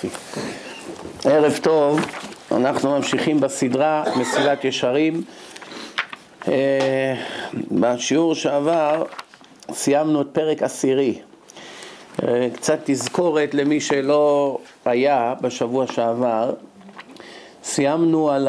יופי. ערב טוב, אנחנו ממשיכים בסדרה מסילת ישרים. בשיעור שעבר סיימנו את פרק עשירי. קצת תזכורת למי שלא היה בשבוע שעבר. סיימנו על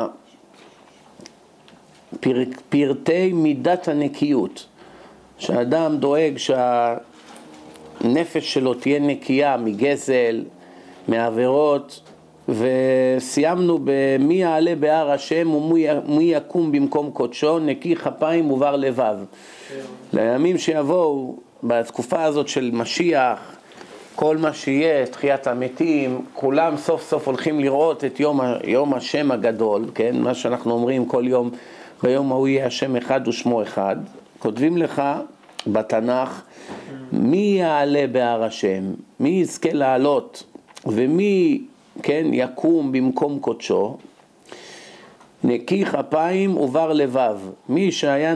פרטי מידת הנקיות. שהאדם דואג שהנפש שלו תהיה נקייה מגזל, מעבירות, וסיימנו במי יעלה בהר השם ומי יקום במקום קודשו, נקי כפיים ובר לבב. לימים שיבואו בתקופה הזאת של משיח, כל מה שיהיה, תחיית המתים, כולם סוף סוף הולכים לראות את יום השם הגדול, כן? מה שאנחנו אומרים כל יום, ביום ההוא יהיה השם אחד ושמו אחד. כותבים לך בתנ"ך, מי יעלה בהר השם, מי יזכה לעלות, ומי, כן, יקום במקום קודשו, נקי כפיים ובר לבב. מי שהיה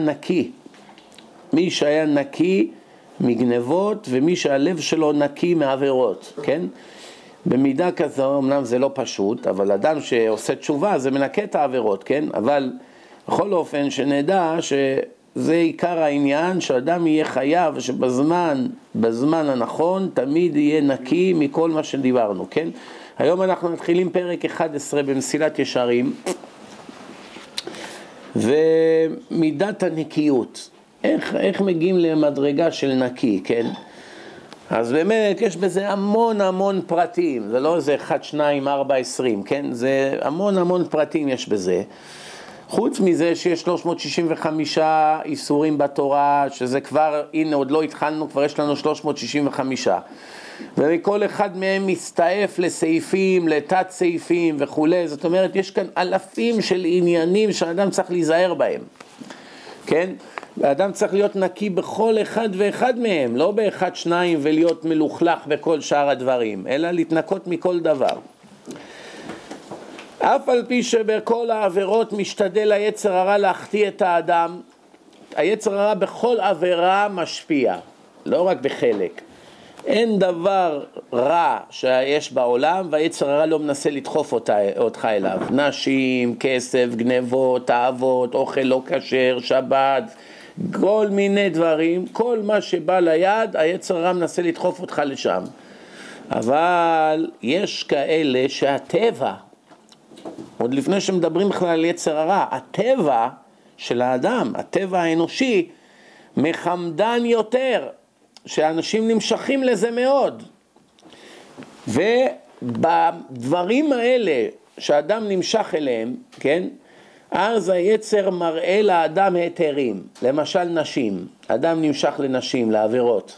נקי מגנבות, ומי שהלב שלו נקי מעבירות, כן? במידה כזו, אמנם זה לא פשוט, אבל אדם שעושה תשובה זה מנקה את העבירות, כן? אבל בכל אופן שנדע שזה עיקר העניין, שאדם יהיה חייב, שבזמן הנכון תמיד יהיה נקי מכל מה שדיברנו, כן? היום אנחנו מתחילים פרק 11 במסילת ישרים, ומידת הנקיות, איך מגיעים למדרגה של נקי, כן? אז באמת יש בזה המון פרטים, זה לא איזה 1, 2, 4, 20, כן? זה המון פרטים יש בזה. חוץ מזה שיש 365 איסורים בתורה, שזה כבר, הנה עוד לא התחלנו, כבר יש לנו 365. ומכל אחד מהם מסתעף לסעיפים, לתת סעיפים וכו'. זאת אומרת, יש כאן אלפים של עניינים שהאדם צריך להיזהר בהם. כן? והאדם צריך להיות נקי בכל אחד ואחד מהם, לא באחד שניים ולהיות מלוכלך בכל שאר הדברים, אלא להתנקות מכל דבר. אף על פי שבכל העבירות משתדל היצר הרע להחטיא את האדם, היצר הרע בכל עבירה משפיע, לא רק בחלק. אין דבר רע שיש בעולם והיצר הרע לא מנסה לדחוף אותך אליו. נשים, כסף, גנבות, תאוות, אוכל לא כשר, שבת, כל מיני דברים, כל מה שבא ליד, היצר הרע מנסה לדחוף אותך לשם. אבל יש כאלה שהטבע, עוד לפני שמדברים בכלל על יצר הרע, הטבע של האדם, הטבע האנושי, מחמדן יותר, שאנשים נמשכים לזה מאוד. ובדברים האלה שאדם נמשך אליהם, כן? אז היצר מראה לאדם היתרים, למשל נשים, אדם נמשך לנשים, לעבירות.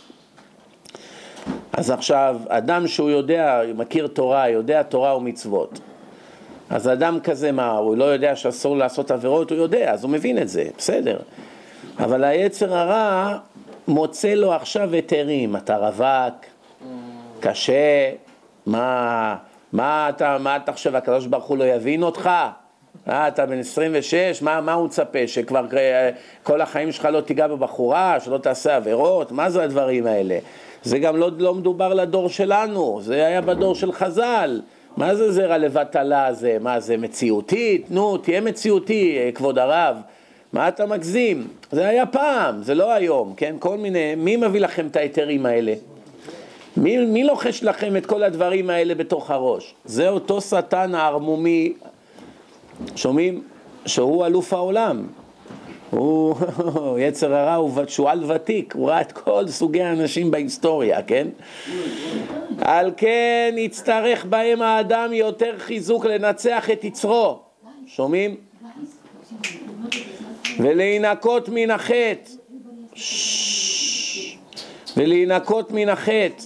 אז עכשיו, אדם שהוא יודע, מכיר תורה, יודע תורה ומצוות, אז אדם כזה מה, הוא לא יודע שאסור לעשות עבירות, הוא יודע, אז הוא מבין את זה, בסדר. אבל היצר הרע מוצא לו עכשיו היתרים, אתה רווק, קשה, מה אתה חושב, הקדוש ברוך הוא לא יבין אותך? אתה בן 26, מה הוא צפה? שכבר כל החיים שלך לא תיגע בבחורה, שלא תעשה עבירות? מה זה הדברים האלה? זה גם לא מדובר לדור שלנו, זה היה בדור של חז"ל. מה זה זרע לבטלה הזה? מה זה מציאותית? נו, תהיה מציאותי, כבוד הרב. מה אתה מגזים? זה היה פעם, זה לא היום, כן? כל מיני, מי מביא לכם את היתרים האלה? מי לוחש לכם את כל הדברים האלה בתוך הראש? זה אותו שטן הערמומי, שומעים? שהוא אלוף העולם. הוא יצר הרע, הוא שועל ותיק, הוא ראה את כל סוגי האנשים בהיסטוריה, כן? על כן יצטרך בהם האדם יותר חיזוק לנצח את יצרו, שומעים? ולהינקות מן החטא, ולהינקות מן החטא.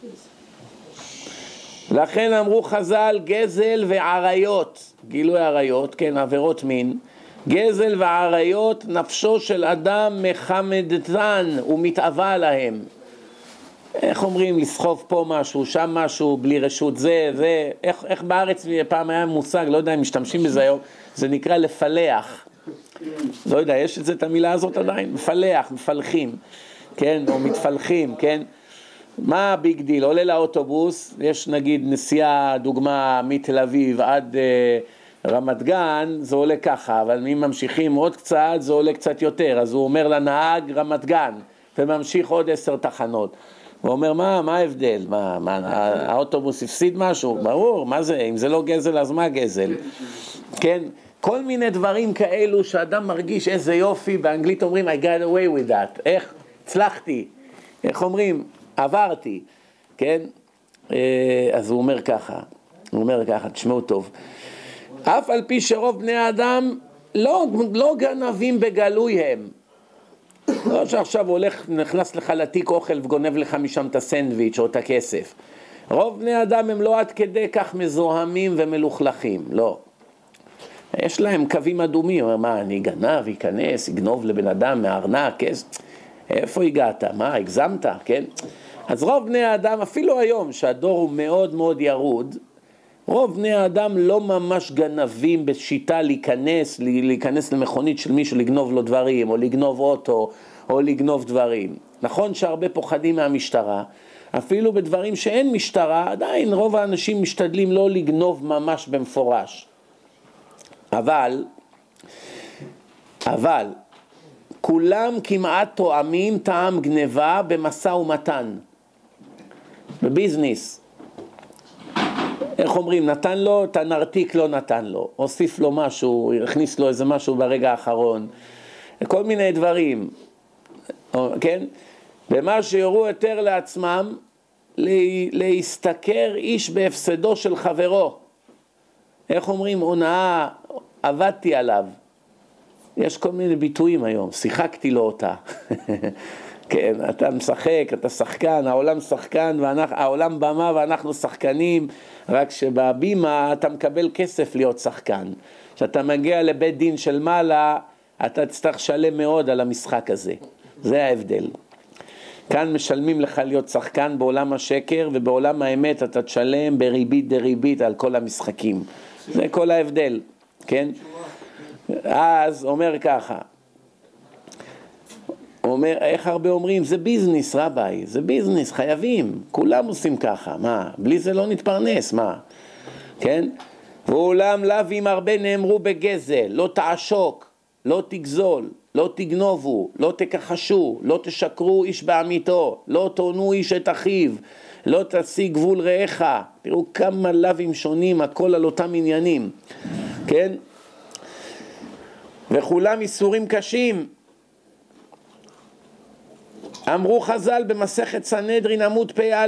לכן אמרו חז"ל גזל ועריות, גילוי עריות, כן, עבירות מין, גזל ועריות נפשו של אדם מחמדתן ומתאווה להם. איך אומרים, לסחוב פה משהו, שם משהו, בלי רשות, זה, איך בארץ פעם היה מושג, לא יודע אם משתמשים בזה היום, זה נקרא לפלח. לא יודע, יש את המילה הזאת עדיין? מפלח, מפלחים, כן, או מתפלחים, כן? מה הביג דיל? עולה לאוטובוס, יש נגיד נסיעה, דוגמה מתל אביב עד רמת גן, זה עולה ככה, אבל אם ממשיכים עוד קצת, זה עולה קצת יותר, אז הוא אומר לנהג רמת גן, וממשיך עוד 10 תחנות. הוא אומר, מה ההבדל? האוטובוס הפסיד משהו? ברור, מה זה? אם זה לא גזל, אז מה גזל? כן? כל מיני דברים כאלו שאדם מרגיש איזה יופי, באנגלית אומרים, I got away with that. איך? הצלחתי. איך אומרים? עברתי. כן? אז הוא אומר ככה, תשמעו טוב. אף על פי שרוב בני האדם לא גנבים בגלוי הם. לא שעכשיו נכנס לך לתיק אוכל וגונב לך משם את הסנדוויץ' או את הכסף. רוב בני האדם הם לא עד כדי כך מזוהמים ומלוכלכים, לא. יש להם קווים אדומים, מה, אני גנב, ייכנס, יגנוב לבן אדם מהארנק, איפה הגעת? מה, הגזמת, כן? אז רוב בני האדם, אפילו היום שהדור הוא מאוד מאוד ירוד, רוב בני האדם לא ממש גנבים בשיטה להיכנס למכונית של מישהו, לגנוב לו דברים, או לגנוב אוטו, או לגנוב דברים. נכון שהרבה פוחדים מהמשטרה, אפילו בדברים שאין משטרה, עדיין רוב האנשים משתדלים לא לגנוב ממש במפורש. אבל, כולם כמעט תואמים טעם גניבה במשא ומתן, בביזנס. איך אומרים, נתן לו, תנרתיק לא נתן לו, הוסיף לו משהו, הכניס לו איזה משהו ברגע האחרון, כל מיני דברים, כן? ומה שיורו יותר לעצמם, להסתכר איש בהפסדו של חברו. איך אומרים, הונאה, עבדתי עליו. יש כל מיני ביטויים היום, שיחקתי לו אותה. כן, אתה משחק, אתה שחקן, העולם שחקן, העולם במה ואנחנו שחקנים, רק שבבימה אתה מקבל כסף להיות שחקן. כשאתה מגיע לבית דין של מעלה, אתה תצטרך שלם מאוד על המשחק הזה. זה ההבדל. כאן משלמים לך להיות שחקן בעולם השקר, ובעולם האמת אתה תשלם בריבית דריבית על כל המשחקים. זה כל ההבדל, כן? אז אומר ככה, אומר, איך הרבה אומרים, זה ביזנס רבי, זה ביזנס, חייבים, כולם עושים ככה, מה? בלי זה לא נתפרנס, מה? כן? ואולם לאווים הרבה נאמרו בגזל, לא תעשוק, לא תגזול, לא תגנובו, לא תכחשו, לא תשקרו איש בעמיתו, לא תונו איש את אחיו, לא תשיג גבול רעך. תראו כמה לאווים שונים, הכל על אותם עניינים, כן? וכולם איסורים קשים. אמרו חז"ל במסכת סנהדרין עמוד פ"א,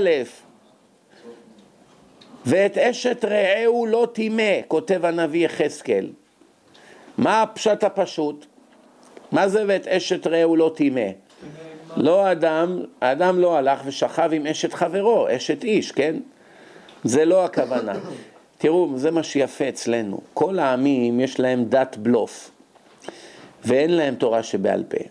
ואת אשת רעהו לא תימה, כותב הנביא יחזקאל. מה הפשט הפשוט? מה זה ואת אשת רעהו לא תימה? לא האדם לא הלך ושכב עם אשת חברו, אשת איש, כן? זה לא הכוונה. תראו, זה מה שיפה אצלנו. כל העמים יש להם דת בלוף, ואין להם תורה שבעל פה.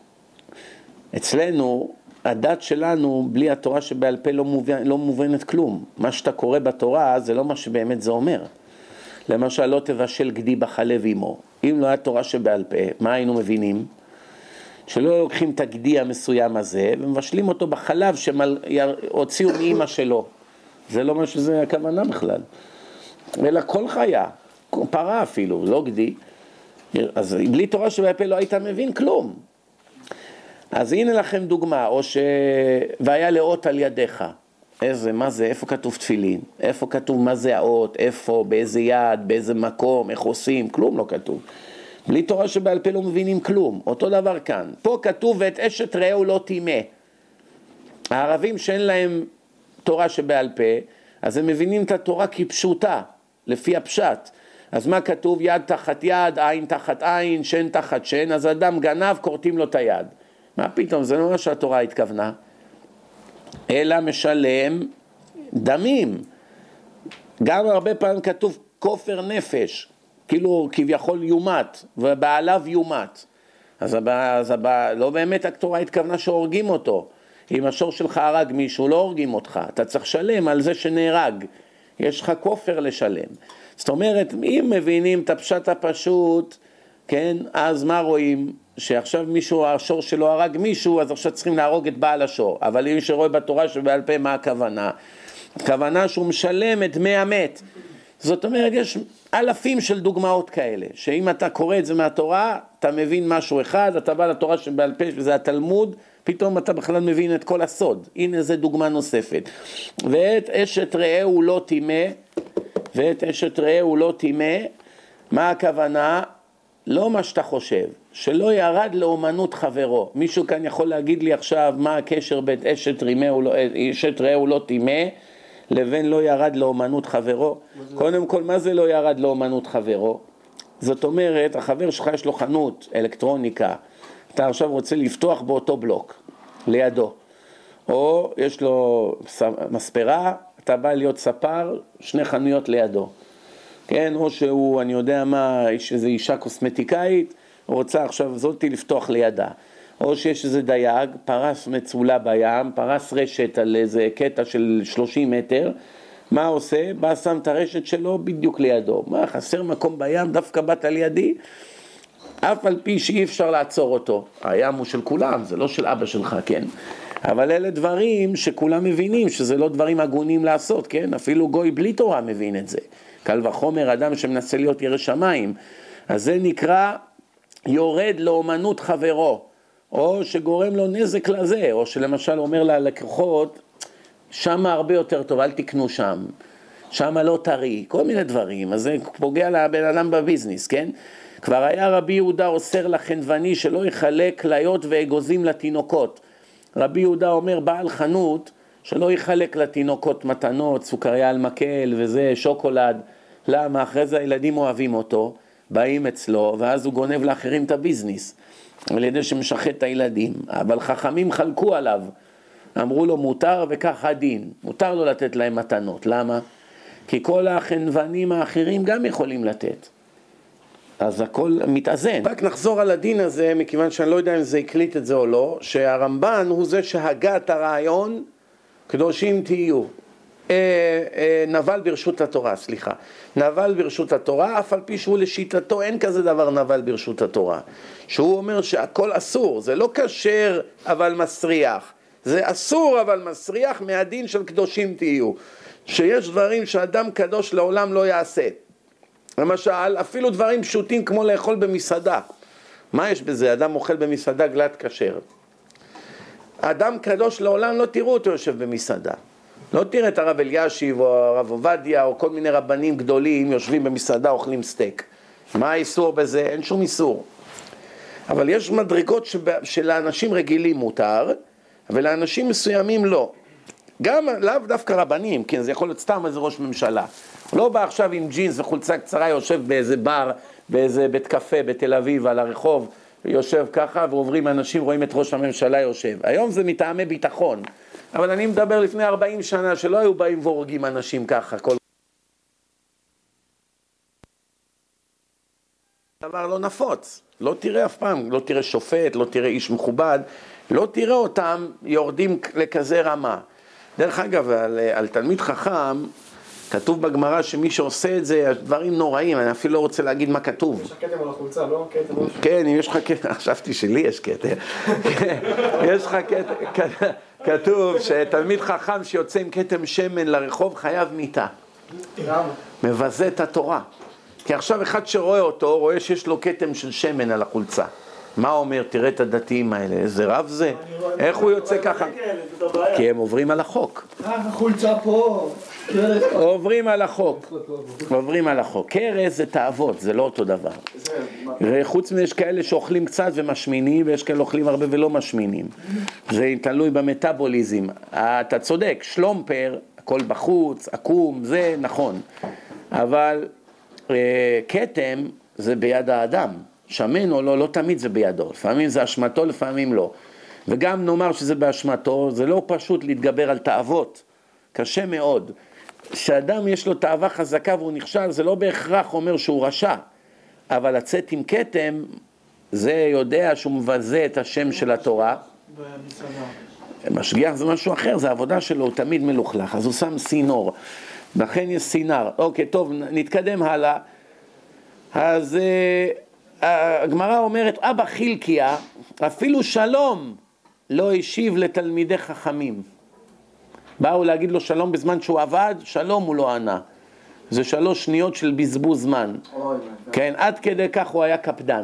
אצלנו, הדת שלנו, בלי התורה שבעל פה לא מובנת כלום. מה שאתה קורא בתורה, זה לא מה שבאמת זה אומר. למשל, לא תבשל גדי בחלב עמו. אם לא היה תורה שבעל פה, מה היינו מבינים? שלא לוקחים את הגדי המסוים הזה, ומבשלים אותו בחלב שהוציאו מאמא שלו. זה לא מה שזה הכוונה בכלל. אלא כל חיה, פרה אפילו, לא גדי. אז בלי תורה שבעל פה לא היית מבין כלום. אז הנה לכם דוגמה, או והיה לאות על ידיך. מה זה, איפה כתוב תפילין? איפה כתוב מה זה האות? איפה, באיזה יד, באיזה מקום, איך עושים? כלום לא כתוב. בלי תורה שבעל פה לא מבינים כלום. אותו דבר כאן. פה כתוב ואת אשת רעהו לא תימה. הערבים שאין להם תורה שבעל פה, אז הם מבינים את התורה כפשוטה, לפי הפשט. אז מה כתוב? יד תחת יד, עין תחת עין, שן תחת שן, אז אדם גנב, קורטים לו את היד. מה פתאום? זה לא מה שהתורה התכוונה. אלא משלם דמים. גם הרבה פעמים כתוב כופר נפש, כאילו כביכול יומת, ובעליו יומת. אז לא באמת התורה התכוונה שהורגים אותו. אם השור שלך הרג מישהו, לא הורגים אותך. אתה צריך לשלם על זה שנהרג. יש לך כופר לשלם. זאת אומרת, אם מבינים את הפשט הפשוט, כן, אז מה רואים? שעכשיו מישהו, השור שלו הרג מישהו, אז עכשיו צריכים להרוג את בעל השור. אבל אם שרואה בתורה שבעל פה, מה הכוונה? הכוונה שהוא משלם את דמי המת. זאת אומרת, יש אלפים של דוגמאות כאלה, שאם אתה קורא את זה מהתורה, אתה מבין משהו אחד, אתה בא לתורה שבעל פה, וזה התלמוד, פתאום אתה בכלל מבין את כל הסוד. הנה זה דוגמה נוספת. ואת אשת רעהו לא טימא, מה הכוונה? לא מה שאתה חושב, שלא ירד לאומנות חברו. מישהו כאן יכול להגיד לי עכשיו מה הקשר בין אשת רעהו לא טימא לבין לא ירד לאומנות חברו? קודם כל, מה זה לא ירד לאומנות חברו? זאת אומרת, החבר שלך יש לו חנות אלקטרוניקה, אתה עכשיו רוצה לפתוח באותו בלוק לידו, או יש לו מספרה, אתה בא להיות ספר, שני חנויות לידו, כן? או שהוא, אני יודע מה, איזו אישה קוסמטיקאית, רוצה עכשיו זאתי לפתוח לידה, או שיש איזה דייג, פרס מצולה בים, פרס רשת על איזה קטע של 30 מטר, מה עושה? בא שם את הרשת שלו בדיוק לידו. מה, חסר מקום בים, דווקא באת לידי? אף על פי שאי אפשר לעצור אותו. הים הוא של כולם, זה לא של אבא שלך, כן? אבל אלה דברים שכולם מבינים, שזה לא דברים הגונים לעשות, כן? אפילו גוי בלי תורה מבין את זה. קל וחומר אדם שמנסה להיות ירא שמיים. אז זה נקרא יורד לאומנות חברו, או שגורם לו נזק לזה, או שלמשל אומר ללקוחות, שם הרבה יותר טוב, אל תקנו שם, שם לא טרי, כל מיני דברים. אז זה פוגע לבן אדם בביזנס, כן? כבר היה רבי יהודה אוסר לחנווני שלא יחלק כליות ואגוזים לתינוקות. רבי יהודה אומר, בעל חנות שלא יחלק לתינוקות מתנות, סוכריה על מקל וזה, שוקולד. למה? אחרי זה הילדים אוהבים אותו, באים אצלו, ואז הוא גונב לאחרים את הביזנס, על ידי שמשחט את הילדים. אבל חכמים חלקו עליו, אמרו לו מותר וכך הדין, מותר לו לתת להם מתנות. למה? כי כל החנוונים האחרים גם יכולים לתת. אז הכל מתאזן. רק נחזור על הדין הזה, מכיוון שאני לא יודע אם זה הקליט את זה או לא, שהרמב"ן הוא זה שהגה את הרעיון, קדושים תהיו. נבל ברשות התורה, סליחה. נבל ברשות התורה, אף על פי שהוא לשיטתו, אין כזה דבר נבל ברשות התורה. שהוא אומר שהכל אסור, זה לא כשר אבל מסריח. זה אסור אבל מסריח מהדין של קדושים תהיו. שיש דברים שאדם קדוש לעולם לא יעשה. למשל, אפילו דברים פשוטים כמו לאכול במסעדה. מה יש בזה? אדם אוכל במסעדה גלת כשר. אדם קדוש לעולם לא תראו אותו יושב במסעדה. לא תראה את הרב אלישיב או הרב עובדיה או כל מיני רבנים גדולים יושבים במסעדה אוכלים סטייק. מה האיסור בזה? אין שום איסור. אבל יש מדרגות שלאנשים רגילים מותר, ולאנשים מסוימים לא. גם לאו דווקא רבנים, כן, זה יכול להיות סתם איזה ראש ממשלה. לא בא עכשיו עם ג'ינס וחולצה קצרה, יושב באיזה בר, באיזה בית קפה בתל אביב על הרחוב, יושב ככה ועוברים אנשים, רואים את ראש הממשלה יושב. היום זה מטעמי ביטחון, אבל אני מדבר לפני 40 שנה שלא היו באים והורגים אנשים ככה. כל דבר לא נפוץ, לא תראה אף פעם, לא תראה שופט, לא תראה איש מכובד, לא תראה אותם יורדים לכזה רמה. דרך אגב, על תלמיד חכם, כתוב בגמרא שמי שעושה את זה, דברים נוראים, אני אפילו לא רוצה להגיד מה כתוב. יש לך כתם על החולצה, לא? כתם או כן, אם יש לך כתם, חשבתי שלי יש כתם. יש לך כתם, כתוב שתלמיד חכם שיוצא עם כתם שמן לרחוב חייב מיתה. למה? מבזה את התורה. כי עכשיו אחד שרואה אותו, רואה שיש לו כתם של שמן על החולצה. מה אומר? תראה את הדתיים האלה, איזה רב זה? איך הוא יוצא ככה? כי הם עוברים על החוק. החולצה פה. עוברים על החוק. עוברים על החוק. קרס זה תאוות, זה לא אותו דבר. חוץ מזה יש כאלה שאוכלים קצת ומשמינים, ויש כאלה אוכלים הרבה ולא משמינים. זה תלוי במטאבוליזם. אתה צודק, שלומפר, הכל בחוץ, עקום, זה נכון. אבל כתם זה ביד האדם. שמן או לא, לא תמיד זה בידו. לפעמים זה אשמתו, לפעמים לא. וגם נאמר שזה באשמתו, זה לא פשוט להתגבר על תאוות. קשה מאוד. כשאדם יש לו תאווה חזקה והוא נכשל, זה לא בהכרח אומר שהוא רשע. אבל לצאת עם כתם, זה יודע שהוא מבזה את השם של התורה. משגיח זה משהו אחר, זה העבודה שלו, הוא תמיד מלוכלך. אז הוא שם סינור. לכן יש סינר. אוקיי, טוב, נתקדם הלאה. אז הגמרא אומרת, אבא חילקיה, אפילו שלום לא השיב לתלמידי חכמים. באו להגיד לו שלום בזמן שהוא עבד, שלום הוא לא ענה. זה 3 שניות של בזבוז זמן. כן, עד כדי כך הוא היה קפדן.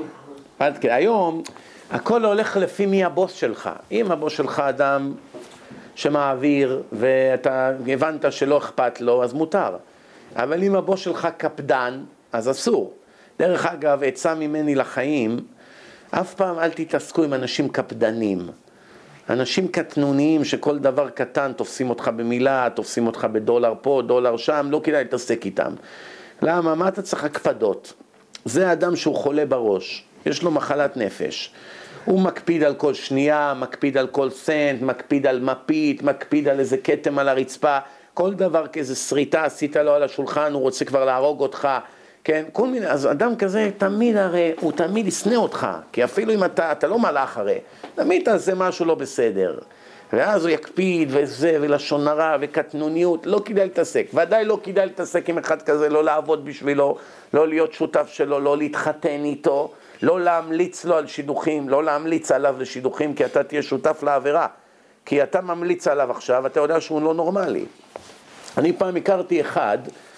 היום, הכל הולך לפי מי הבוס שלך. אם הבוס שלך אדם שמעביר, ואתה הבנת שלא אכפת לו, אז מותר. אבל אם הבוס שלך קפדן, אז אסור. דרך אגב, עצה ממני לחיים, אף פעם אל תתעסקו עם אנשים קפדנים. אנשים קטנוניים שכל דבר קטן תופסים אותך במילה, תופסים אותך בדולר פה, דולר שם, לא כדאי להתעסק איתם. למה? מה אתה צריך הקפדות? זה אדם שהוא חולה בראש, יש לו מחלת נפש. הוא מקפיד על כל שנייה, מקפיד על כל סנט, מקפיד על מפית, מקפיד על איזה כתם על הרצפה, כל דבר כאיזה שריטה עשית לו על השולחן, הוא רוצה כבר להרוג אותך, כן, כל מיני, אז אדם כזה תמיד הרי, הוא תמיד ישנא אותך, כי אפילו אם אתה לא מלאך הרי, תמיד תעשה משהו לא בסדר, ואז הוא יקפיד וזה, ולשון הרע וקטנוניות, לא כדאי להתעסק, ודאי לא כדאי להתעסק עם אחד כזה, לא לעבוד בשבילו, לא להיות שותף שלו, לא להתחתן איתו, לא להמליץ לו על שידוכים, לא להמליץ עליו לשידוכים, כי אתה תהיה שותף לעבירה, כי אתה ממליץ עליו עכשיו, אתה יודע שהוא לא נורמלי. אני פעם הכרתי אחד,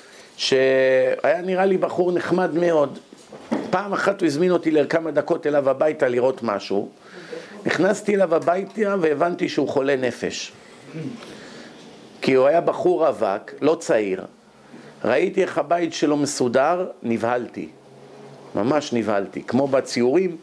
שהיה נראה לי בחור נחמד מאוד. פעם אחת הוא הזמין אותי לכמה דקות אליו הביתה לראות משהו. נכנסתי אליו הביתה והבנתי שהוא חולה נפש. כי הוא היה בחור רווק, לא צעיר. ראיתי איך הבית שלו מסודר, נבהלתי. ממש נבהלתי. כמו בציורים,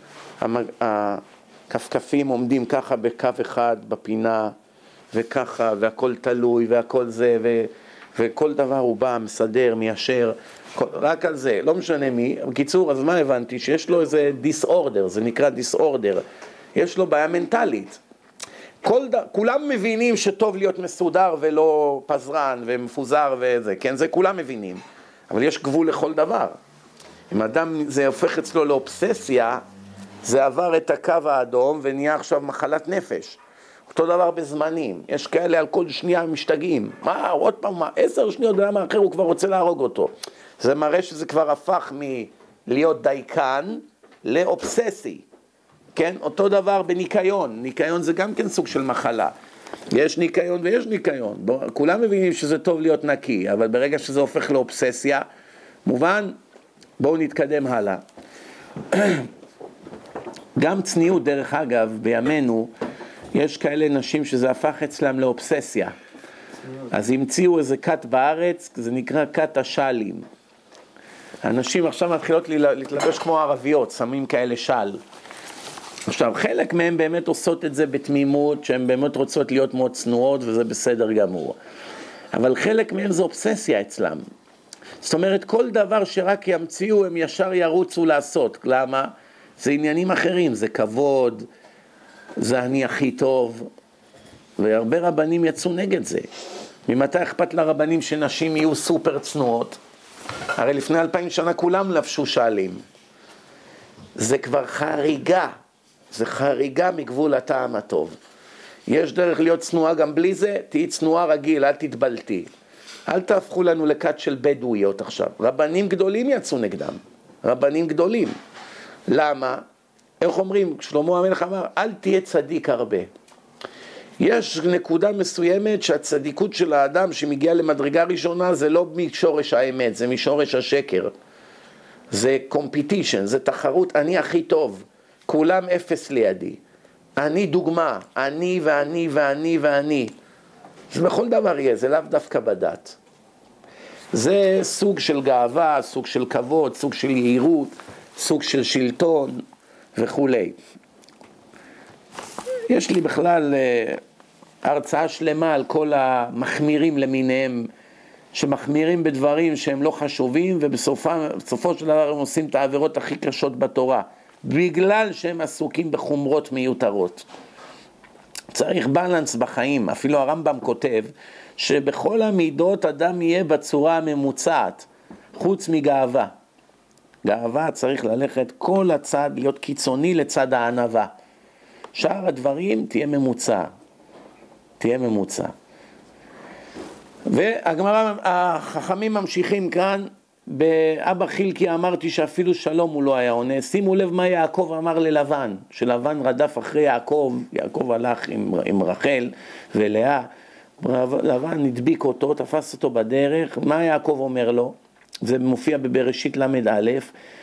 הכפכפים עומדים ככה בקו אחד בפינה, וככה, והכל תלוי, והכל זה, וכל דבר הוא בא, מסדר, מיישר, רק על זה, לא משנה מי. בקיצור, אז מה הבנתי? שיש לו איזה דיסאורדר, זה נקרא דיסאורדר, יש לו בעיה מנטלית. כולם מבינים שטוב להיות מסודר ולא פזרן ומפוזר וזה, כן? זה כולם מבינים, אבל יש גבול לכל דבר. אם אדם זה הופך אצלו לאובססיה, זה עבר את הקו האדום ונהיה עכשיו מחלת נפש. אותו דבר בזמנים, יש כאלה על כל שנייה משתגעים, מה, עוד פעם, 10 שניות, ולמה אחר הוא כבר רוצה להרוג אותו. זה מראה שזה כבר הפך מלהיות דייקן לאובססי, כן? אותו דבר בניקיון, ניקיון זה גם כן סוג של מחלה, יש ניקיון ויש ניקיון, כולם מבינים שזה טוב להיות נקי, אבל ברגע שזה הופך לאובססיה, מובן, בואו נתקדם הלאה. גם צניעות דרך אגב, בימינו, יש כאלה נשים שזה הפך אצלם לאובססיה. אז המציאו איזה כת בארץ, זה נקרא כת השלים. הנשים עכשיו מתחילות להתלבש כמו ערביות, שמים כאלה של. עכשיו, חלק מהם באמת עושות את זה בתמימות, שהן באמת רוצות להיות מאוד צנועות, וזה בסדר גמור. אבל חלק מהם זה אובססיה אצלם. זאת אומרת, כל דבר שרק ימציאו, הם ישר ירוצו לעשות. למה? זה עניינים אחרים, זה כבוד, זה אני הכי טוב, והרבה רבנים יצאו נגד זה. ממתי אכפת לרבנים שנשים יהיו סופר צנועות? הרי לפני 2000 שנה כולם לבשו שעלים. זה כבר חריגה, זה חריגה מגבול הטעם הטוב. יש דרך להיות צנועה גם בלי זה, תהי צנועה רגיל, אל תתבלתי. אל תהפכו לנו לכת של בדואיות עכשיו. רבנים גדולים יצאו נגדם, רבנים גדולים. למה? איך אומרים? שלמה המלך אמר, אל תהיה צדיק הרבה. יש נקודה מסוימת שהצדיקות של האדם שמגיע למדרגה ראשונה זה לא משורש האמת, זה משורש השקר. זה קומפיטישן, זה תחרות, אני הכי טוב, כולם אפס לידי. אני דוגמה, אני ואני ואני ואני. זה בכל דבר יהיה, זה לאו דווקא בדת. זה סוג של גאווה, סוג של כבוד, סוג של יהירות, סוג של שלטון וכולי. יש לי בכלל הרצאה שלמה על כל המחמירים למיניהם, שמחמירים בדברים שהם לא חשובים, ובסופו של דבר הם עושים את העבירות הכי קשות בתורה, בגלל שהם עסוקים בחומרות מיותרות. צריך בלנס בחיים. אפילו הרמב"ם כותב שבכל המידות אדם יהיה בצורה הממוצעת, חוץ מגאווה. גאווה צריך ללכת כל הצד, להיות קיצוני לצד הענווה. שאר הדברים תהיה ממוצע. תהיה ממוצע. והגמרא, החכמים ממשיכים כאן, באבא חילקי אמרתי שאפילו שלום הוא לא היה עונה. שימו לב מה יעקב אמר ללבן, שלבן רדף אחרי יעקב, יעקב הלך עם רחל ולאה, לבן נדביק אותו, תפס אותו בדרך, מה יעקב אומר לו? זה מופיע בבראשית למד א',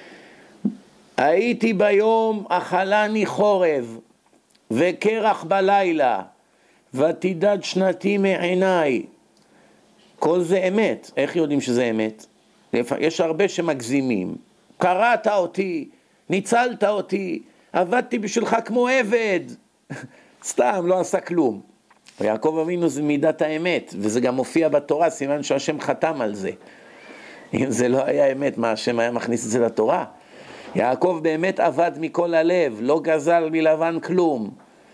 הייתי ביום אכלני חורב וקרח בלילה ותידד שנתי מעיניי. כל זה אמת. איך יודעים שזה אמת? יש הרבה שמגזימים. קראת אותי, ניצלת אותי, עבדתי בשבילך כמו עבד. סתם, לא עשה כלום. ויעקב אבינו זה מידת האמת, וזה גם מופיע בתורה, סימן שהשם חתם על זה. אם זה לא היה אמת, מה השם היה מכניס את זה לתורה? יעקב באמת עבד מכל הלב, לא גזל מלבן כלום.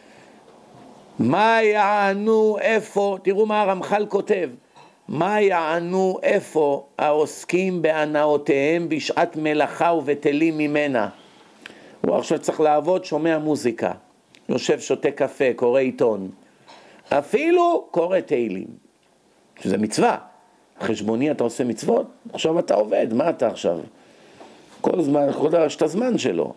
מה יענו איפה, תראו מה הרמח"ל כותב, מה יענו איפה העוסקים בהנאותיהם בשעת מלאכה ובטלים ממנה. הוא עכשיו צריך לעבוד, שומע מוזיקה, יושב שותה קפה, קורא עיתון, אפילו קורא תהילים, שזה מצווה. חשבוני אתה עושה מצוות, עכשיו אתה עובד, מה אתה עכשיו? כל זמן, יש את הזמן שלו.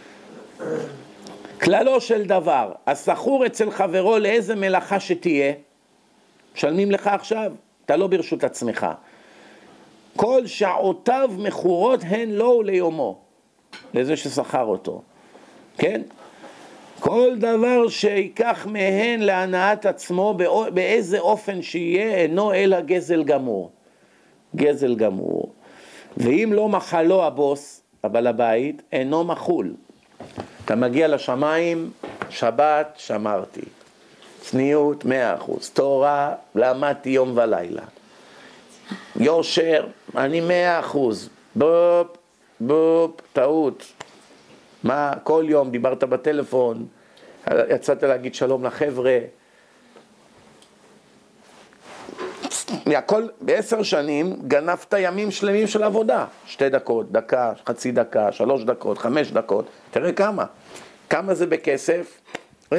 כללו של דבר, הסחור אצל חברו לאיזה מלאכה שתהיה, משלמים לך עכשיו, אתה לא ברשות עצמך. כל שעותיו מכורות הן לו וליומו, לזה ששכר אותו. כן? כל דבר שיקח מהן להנאת עצמו באיזה אופן שיהיה, אינו אלא גזל גמור. גזל גמור. ואם לא מחלו הבוס, הבעל הבית, אינו מחול. אתה מגיע לשמיים, שבת שמרתי, צניעות 100%, תורה למדתי יום ולילה, יושר אני 100%, בופ בופ, טעות. מה, כל יום דיברת בטלפון, יצאת להגיד שלום לחבר'ה, הכל ב10 שנים גנבת ימים שלמים של עבודה, 2 דקות, דקה, חצי דקה, 3 דקות, 5 דקות, תראה כמה זה בכסף? $10,000.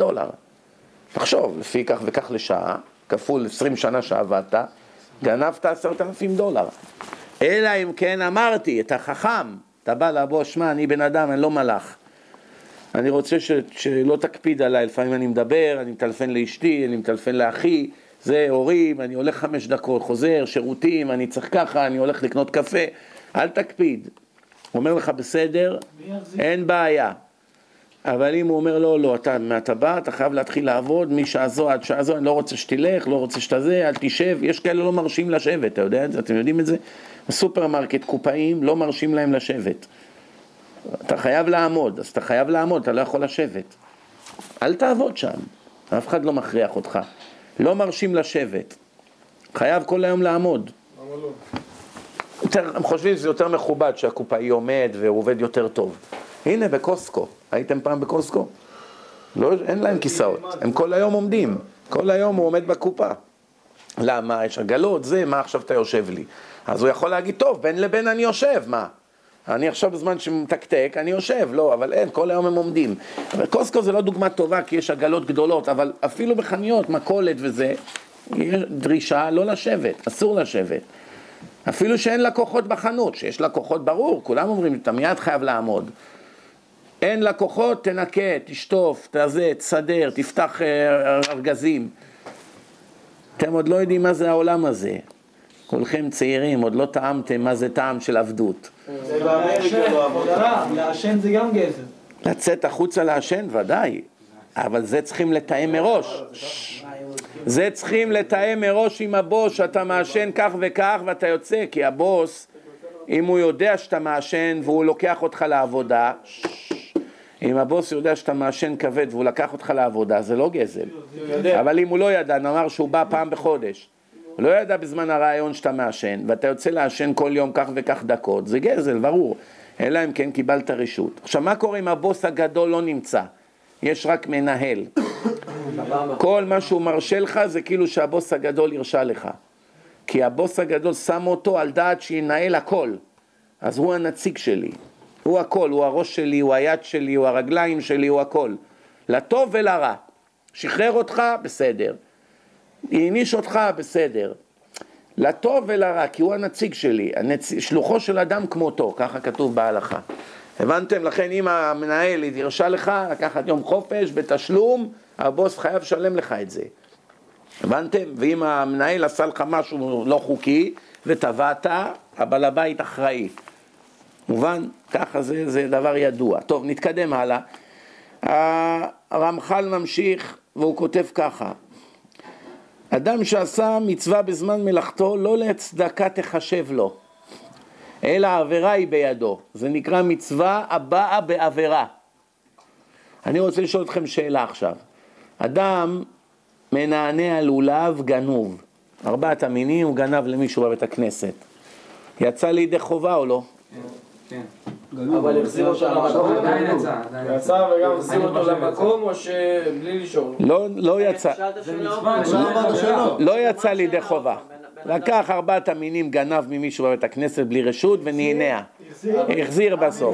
תחשוב, לפי כך וכך לשעה, כפול 20 שנה שעבדת, גנבת $10,000. אלא אם כן אמרתי, אתה חכם, אתה בא לבוא, שמע, אני בן אדם, אני לא מלאך. אני רוצה שלא תקפיד עליי, לפעמים אני מדבר, אני מטלפן לאשתי, אני מטלפן לאחי, זה הורים, אני הולך 5 דקות, חוזר, שירותים, אני צריך ככה, אני הולך לקנות קפה, אל תקפיד. הוא אומר לך בסדר, אין בעיה. אבל אם הוא אומר לא, אתה בא, אתה חייב להתחיל לעבוד, משעה זו עד שעה זו, אני לא רוצה שתלך, לא רוצה שתזה, אל תשב, יש כאלה לא מרשים לשבת, אתה יודע את זה, אתם יודעים את זה? הסופרמרקט, קופאים, לא מרשים להם לשבת. אתה חייב לעמוד, אז אתה חייב לעמוד, אתה לא יכול לשבת. אל תעבוד שם, אף אחד לא מכריח אותך. לא מרשים לשבת, חייב כל היום לעמוד. למה לא? הם חושבים שזה יותר מכובד שהקופאי עומד והוא עובד יותר טוב. הנה בקוסקו, הייתם פעם בקוסקו? לא, אין להם כיסאות, הם כל היום עומדים, כל היום הוא עומד בקופה. למה? יש עגלות, זה, מה עכשיו אתה יושב לי? אז הוא יכול להגיד, טוב, בין לבין אני יושב, מה? אני עכשיו בזמן שמתקתק, אני יושב, לא, אבל אין, כל היום הם עומדים. אבל קוסקו זה לא דוגמה טובה, כי יש עגלות גדולות, אבל אפילו בחנויות, מכולת וזה, יש דרישה לא לשבת, אסור לשבת. אפילו שאין לקוחות בחנות, שיש לקוחות ברור, כולם אומרים, אתה מיד חייב לעמוד. אין לקוחות, תנקה, תשטוף, תסדר, תפתח ארגזים. אתם עוד לא יודעים מה זה העולם הזה. כולכם צעירים, עוד לא טעמתם מה זה טעם של עבדות. זה באמריקה לא עבודה. לעשן זה גם גזל. לצאת החוצה לעשן, ודאי. אבל זה צריכים לתאם מראש. זה צריכים לתאם מראש עם הבוס, שאתה מעשן כך וכך ואתה יוצא, כי הבוס, אם הוא יודע שאתה מעשן והוא לוקח אותך לעבודה, אם הבוס יודע שאתה מעשן כבד והוא לקח אותך לעבודה, זה לא גזל. אבל אם הוא לא ידע, נאמר שהוא בא פעם בחודש, הוא לא ידע בזמן הרעיון שאתה מעשן, ואתה יוצא לעשן כל יום כך וכך דקות, זה גזל, ברור. אלא אם כן קיבלת רשות. עכשיו, מה קורה אם הבוס הגדול לא נמצא? יש רק מנהל. כל מה שהוא מרשה לך זה כאילו שהבוס הגדול ירשה לך. כי הבוס הגדול שם אותו על דעת שינהל הכל. אז הוא הנציג שלי. הוא הכל, הוא הראש שלי, הוא היד שלי, הוא הרגליים שלי, הוא הכל. לטוב ולרע. שחרר אותך, בסדר. העניש אותך, בסדר. לטוב ולרע, כי הוא הנציג שלי, שלוחו של אדם כמותו, ככה כתוב בהלכה. הבנתם? לכן אם המנהל הרשה לך לקחת יום חופש בתשלום, הבוס חייב לשלם לך את זה. הבנתם? ואם המנהל עשה לך משהו לא חוקי וטבעת, הבעל הבית אחראי. מובן? ככה זה דבר ידוע. טוב, נתקדם הלאה. הרמח"ל ממשיך והוא כותב ככה: אדם שעשה מצווה בזמן מלאכתו, לא לצדקה תחשב לו, אלא העבירה היא בידו. זה נקרא מצווה הבאה בעבירה. אני רוצה לשאול אתכם שאלה עכשיו. אדם מנענע לולב גנוב, 4 המינים הוא גנב למישהו בבית הכנסת, יצא לידי חובה או לא? כן. אבל החזיר אותו למקום? יצא וגם החזיר אותו למקום או שבלי לשאול? לא יצא. לא יצא לידי חובה. לקח 4 המינים, גנב ממישהו בבית הכנסת בלי רשות ונענע. החזיר בסוף.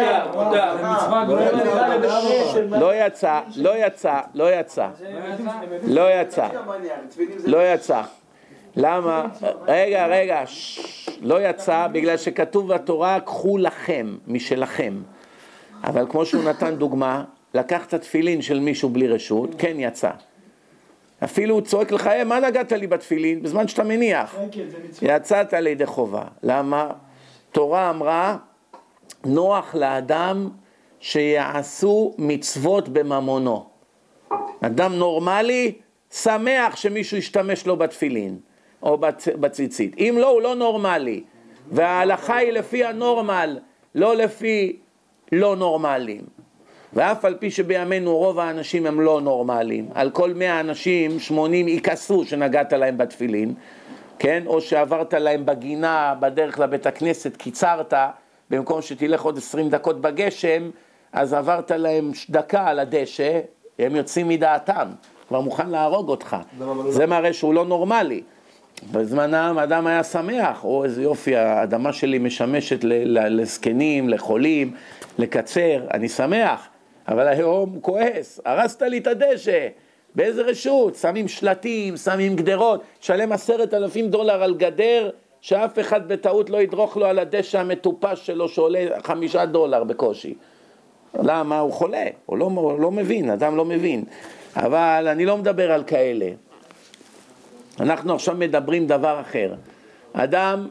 לא יצא. למה? רגע, לא יצא בגלל שכתוב בתורה קחו לכם, משלכם. אבל כמו שהוא נתן דוגמה, לקח את התפילין של מישהו בלי רשות, כן יצא. אפילו הוא צועק לך, מה נגעת לי בתפילין? בזמן שאתה מניח. יצאת לידי חובה. למה? תורה אמרה, נוח לאדם שיעשו מצוות בממונו. אדם נורמלי, שמח שמישהו ישתמש לו בתפילין. או בציצית. אם לא, הוא לא נורמלי. וההלכה היא לפי הנורמל, לא לפי לא נורמלים. ואף על פי שבימינו רוב האנשים הם לא נורמליים. על כל 100 אנשים, 80 ייכסו שנגעת להם בתפילין, כן? או שעברת להם בגינה בדרך לבית הכנסת, קיצרת, במקום שתלך עוד 20 דקות בגשם, אז עברת להם דקה על הדשא, הם יוצאים מדעתם, כבר מוכן להרוג אותך. זה מראה שהוא לא נורמלי. בזמנם האדם היה שמח, או איזה יופי, האדמה שלי משמשת לזקנים, לחולים, לקצר, אני שמח, אבל היום הוא כועס, הרסת לי את הדשא, באיזה רשות? שמים שלטים, שמים גדרות, שלם $10,000 על גדר, שאף אחד בטעות לא ידרוך לו על הדשא המטופש שלו שעולה $5 בקושי. למה? הוא חולה, הוא לא מבין, אדם לא מבין. אבל אני לא מדבר על כאלה. אנחנו עכשיו מדברים דבר אחר. אדם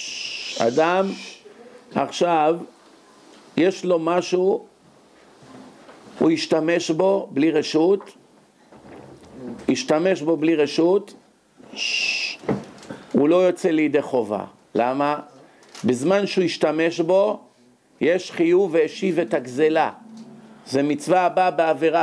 עכשיו יש לו משהו, הוא ישתמש בו בלי רשות, הוא לא יוצא לידי חובה. למה? בזמן שהוא ישתמש בו, יש חיוב והשיב את הגזלה. זה מצווה הבאה בעבירה.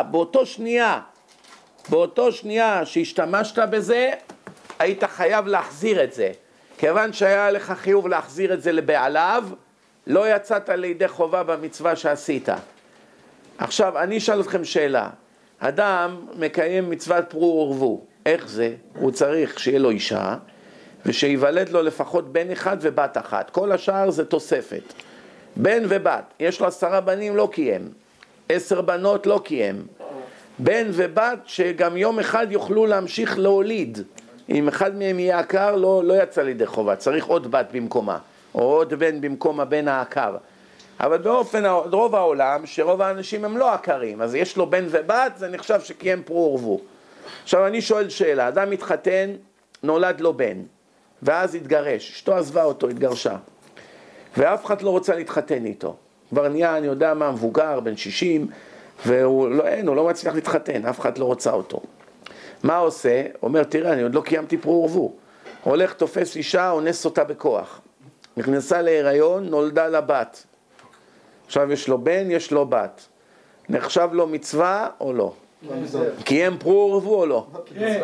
באותו שנייה שהשתמשת בזה, היית חייב להחזיר את זה. כיוון שהיה לך חיוב להחזיר את זה לבעליו, לא יצאת לידי חובה במצווה שעשית. עכשיו, אני אשאל אתכם שאלה. אדם מקיים מצוות פרו ורבו. איך זה? הוא צריך שיהיה לו אישה, ושיוולד לו לפחות בן אחד ובת אחת. כל השאר זה תוספת. בן ובת. יש לו 10 בנים, לא קיים. 10 בנות, לא קיים. בן ובת שגם יום אחד יוכלו להמשיך להוליד. אם אחד מהם יהיה עקר, לא יצא לידי חובה. צריך עוד בת במקומה, או עוד בן במקום הבן העקר. אבל באופן רוב העולם, שרוב האנשים הם לא עקרים, אז יש לו בן ובת, זה נחשב שקיים פרו ורבו. עכשיו אני שואל שאלה, אדם מתחתן, נולד לו בן, ואז התגרש, אשתו עזבה אותו, התגרשה, ואף אחד לא רוצה להתחתן איתו. כבר נהיה, אני יודע מה, מבוגר, בן 60, והוא לא מצליח להתחתן, אף אחד לא רוצה אותו. מה עושה? אומר, תראה, אני עוד לא קיימתי פרו ורבו. הולך, תופס אישה, אונס אותה בכוח. נכנסה להיריון, נולדה לה בת. עכשיו יש לו בן, יש לו בת. נחשב לו מצווה או לא? קיים פרו ורבו או לא?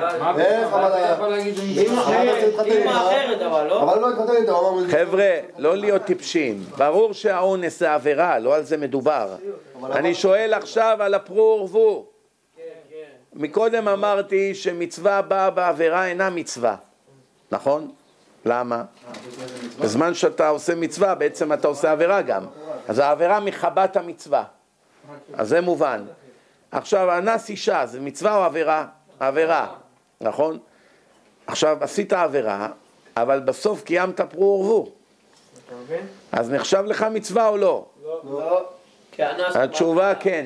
חבר'ה, לא להיות טיפשים. ברור שהאונס זה עבירה, לא על זה מדובר. אני שואל עכשיו על הפרו ורבו. מקודם אמרתי שמצווה באה בעבירה אינה מצווה, נכון? למה? בזמן שאתה עושה מצווה בעצם אתה עושה עבירה גם, אז העבירה מחבת המצווה, אז זה מובן. עכשיו אנס אישה זה מצווה או עבירה? עבירה, נכון? עכשיו עשית עבירה, אבל בסוף קיימת פרו ורבו. אז נחשב לך מצווה או לא? לא. התשובה כן.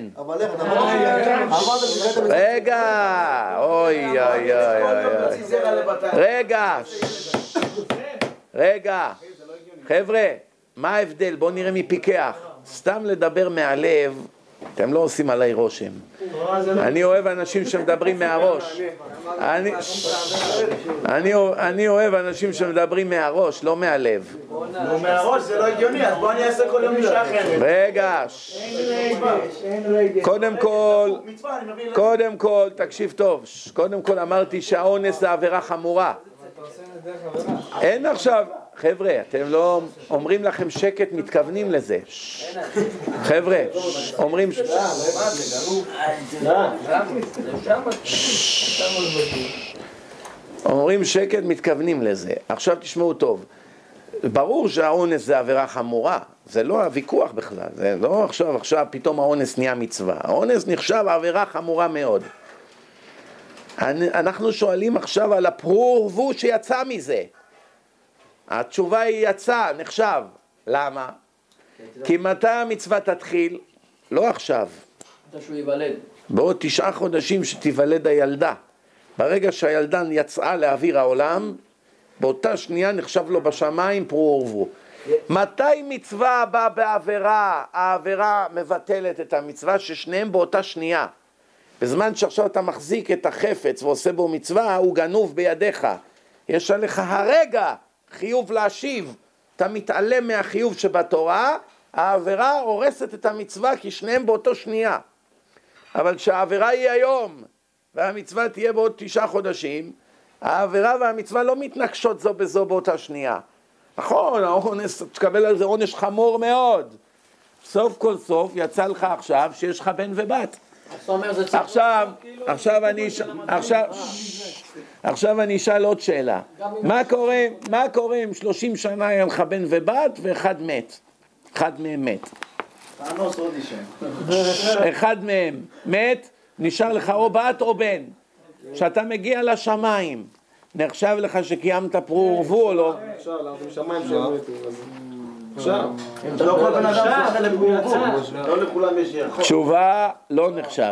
רגע, אוי, רגע, חבר'ה, מה ההבדל? בואו נראה מי פיקח. סתם לדבר מהלב, אתם לא עושים עליי רושם. אני אוהב אנשים שמדברים מהראש. אני אוהב אנשים שמדברים מהראש, לא מהלב. לא מהראש, זה לא הגיוני, אז בוא אני אעשה כל יום אישה אחרת. רגע, קודם כל, תקשיב טוב, קודם כל אמרתי שהאונס זה עבירה חמורה. אין עכשיו, חבר'ה, אתם לא אומרים לכם שקט, מתכוונים לזה. חבר'ה, אומרים שקט, מתכוונים לזה. עכשיו תשמעו טוב. ברור שהאונס זה עבירה חמורה, זה לא הוויכוח בכלל, זה לא עכשיו פתאום האונס נהיה מצווה. האונס נחשב עבירה חמורה מאוד. אנחנו שואלים עכשיו על הפרו ורבו שיצא מזה. התשובה היא יצא, נחשב. למה? כי מתי המצווה תתחיל? לא עכשיו. שהוא ייוולד. בעוד 9 חודשים שתיוולד הילדה. ברגע שהילדה יצאה לאוויר העולם, באותה שנייה נחשב לו בשמיים פרו ורבו. מתי מצווה באה בעבירה? העבירה מבטלת את המצווה ששניהם באותה שנייה. בזמן שעכשיו אתה מחזיק את החפץ ועושה בו מצווה, הוא גנוב בידיך. יש עליך הרגע חיוב להשיב. אתה מתעלם מהחיוב שבתורה, העבירה הורסת את המצווה כי שניהם באותו שנייה. אבל כשהעבירה היא היום והמצווה תהיה בעוד 9 חודשים, העבירה והמצווה לא מתנגשות זו בזו באותה שנייה. נכון, האונס, תקבל על זה עונש חמור מאוד. סוף כל סוף יצא לך עכשיו שיש לך בן ובת. עכשיו אני אשאל עוד שאלה. מה קורה אם 30 שנה היה לך בן ובת ואחד מת? אחד מהם מת. אחד מהם מת, נשאר לך או בת או בן. כשאתה מגיע לשמיים, נחשב לך שקיימת פרו ורבו או לא? עכשיו, אנחנו בשמיים שמתו. עכשיו. לא כל בן אדם זוכה לפרו ורבו. לא לכולם יש יכול. תשובה לא נחשב.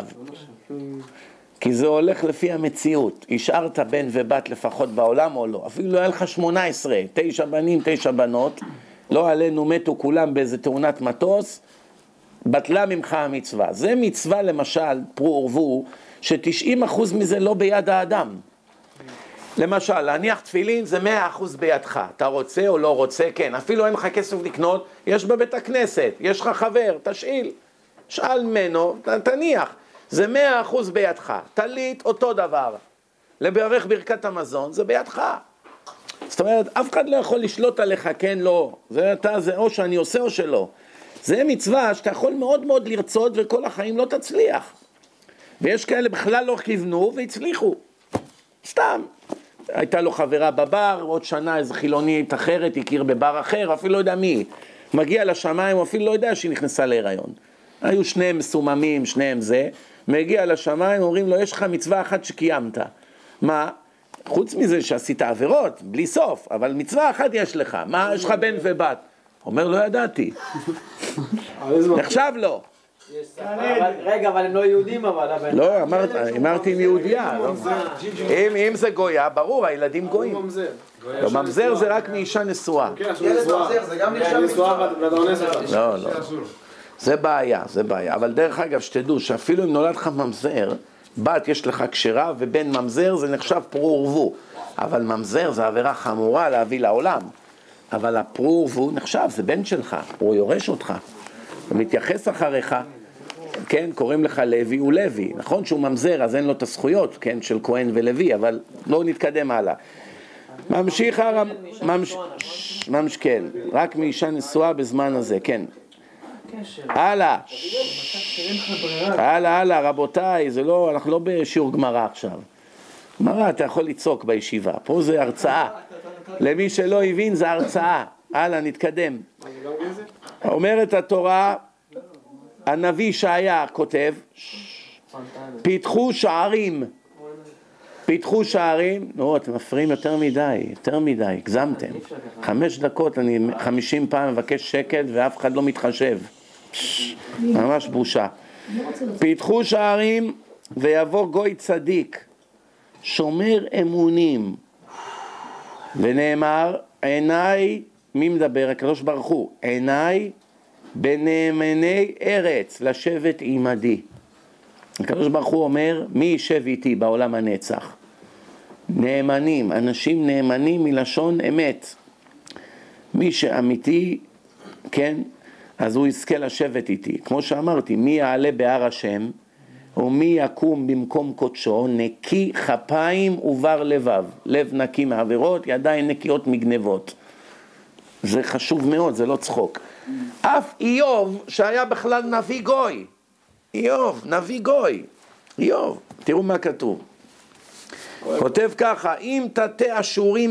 כי זה הולך לפי המציאות. השארת בן ובת לפחות בעולם או לא? אפילו לא היה לך 18, 9 בנים, 9 בנות. לא עלינו מתו כולם באיזה תאונת מטוס. בטלה ממך המצווה. זה מצווה למשל, פרו ורבו, ש90% מזה לא ביד האדם. למשל, להניח תפילין זה 100% בידך. אתה רוצה או לא רוצה? כן. אפילו אין לך כסף לקנות, יש בבית הכנסת, יש לך חבר, תשאיל. שאל ממנו, תניח. זה 100% בידך. תלית אותו דבר. לברך ברכת המזון, זה בידך. זאת אומרת, אף אחד לא יכול לשלוט עליך, כן, לא. זה או שאני עושה או שלא. זה מצווה שאתה יכול מאוד מאוד לרצות וכל החיים לא תצליח. ויש כאלה בכלל לא כיוונו והצליחו. סתם. הייתה לו חברה בבר, עוד שנה איזו חילונית אחרת, הכיר בבר אחר, אפילו לא יודע מי. מגיע לשמיים, הוא אפילו לא יודע שהיא נכנסה להיריון. היו שניהם מסוממים, שניהם זה. מגיע לשמיים, אומרים לו, יש לך מצווה אחת שקיימת. מה? חוץ מזה שעשית עבירות, בלי סוף, אבל מצווה אחת יש לך. מה? יש לך בן ובת. אומר, לא ידעתי. נחשב לו. רגע, אבל הם לא יהודים, אבל... לא, אמרתי עם יהודיה. אם זה גויה, ברור, הילדים גויים. לא, ממזר זה רק מאישה נשואה. ילד ממזר, זה גם נחשב מצווה. לא, לא. זה בעיה. אבל דרך אגב, שתדעו שאפילו אם נולד לך ממזר, בת יש לך כשרה ובן ממזר זה נחשב פרו ורבו. אבל ממזר זה עבירה חמורה להביא לעולם. אבל הפרו ורבו נחשב, זה בן שלך, הוא יורש אותך. הוא מתייחס אחריך, כן, קוראים לך לוי, הוא לוי. נכון שהוא ממזר, אז אין לו את הזכויות, כן, של כהן ולוי, אבל לא נתקדם הלאה. ממשיך הרב, כן, רק מאישה נשואה בזמן הזה, כן. הלאה, רבותיי, זה לא, אנחנו לא בשיעור גמרא עכשיו. גמרא, אתה יכול לצעוק בישיבה, פה זה הרצאה. למי שלא הבין, זה הרצאה. הלאה, נתקדם. אומרת התורה, הנביא ישעיה כותב, פיתחו שערים פיתחו שערים, נו, אתם מפריעים יותר מדי, הגזמתם. 5 דקות, אני 50 פעם מבקש שקט ואף אחד לא מתחשב. ממש בושה. פיתחו שערים ויבוא גוי צדיק, שומר אמונים. ונאמר, עיניי, מי מדבר? הקדוש ברוך הוא, עיניי בנאמני ארץ לשבת עמדי. הקדוש ברוך הוא אומר, מי יישב איתי בעולם הנצח? נאמנים, אנשים נאמנים מלשון אמת. מי שאמיתי, כן, אז הוא יזכה לשבת איתי. כמו שאמרתי, מי יעלה בהר השם, ומי יקום במקום קודשו, נקי כפיים ובר לבב. לב נקי מעבירות, ידיים נקיות מגנבות. זה חשוב מאוד, זה לא צחוק. אף איוב שהיה בכלל נביא גוי. איוב, נביא גוי. איוב, תראו מה כתוב. כותב ככה, אם תתה אשורי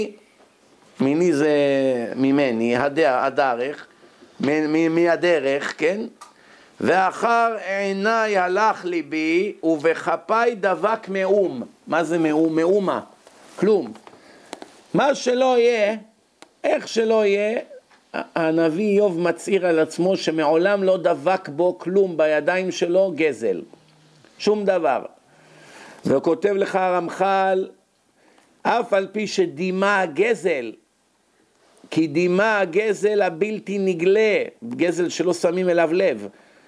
מיני זה ממני, הדרך, מהדרך, כן? ואחר עיניי הלך ליבי ובכפיי דבק מאום. מה זה מאום? מאומה, כלום. מה שלא יהיה, איך שלא יהיה, הנביא איוב מצהיר על עצמו שמעולם לא דבק בו כלום, בידיים שלו גזל, שום דבר. וכותב לך הרמח"ל, אף על פי שדימה הגזל, כי דימה הגזל הבלתי נגלה, גזל שלא שמים אליו לב,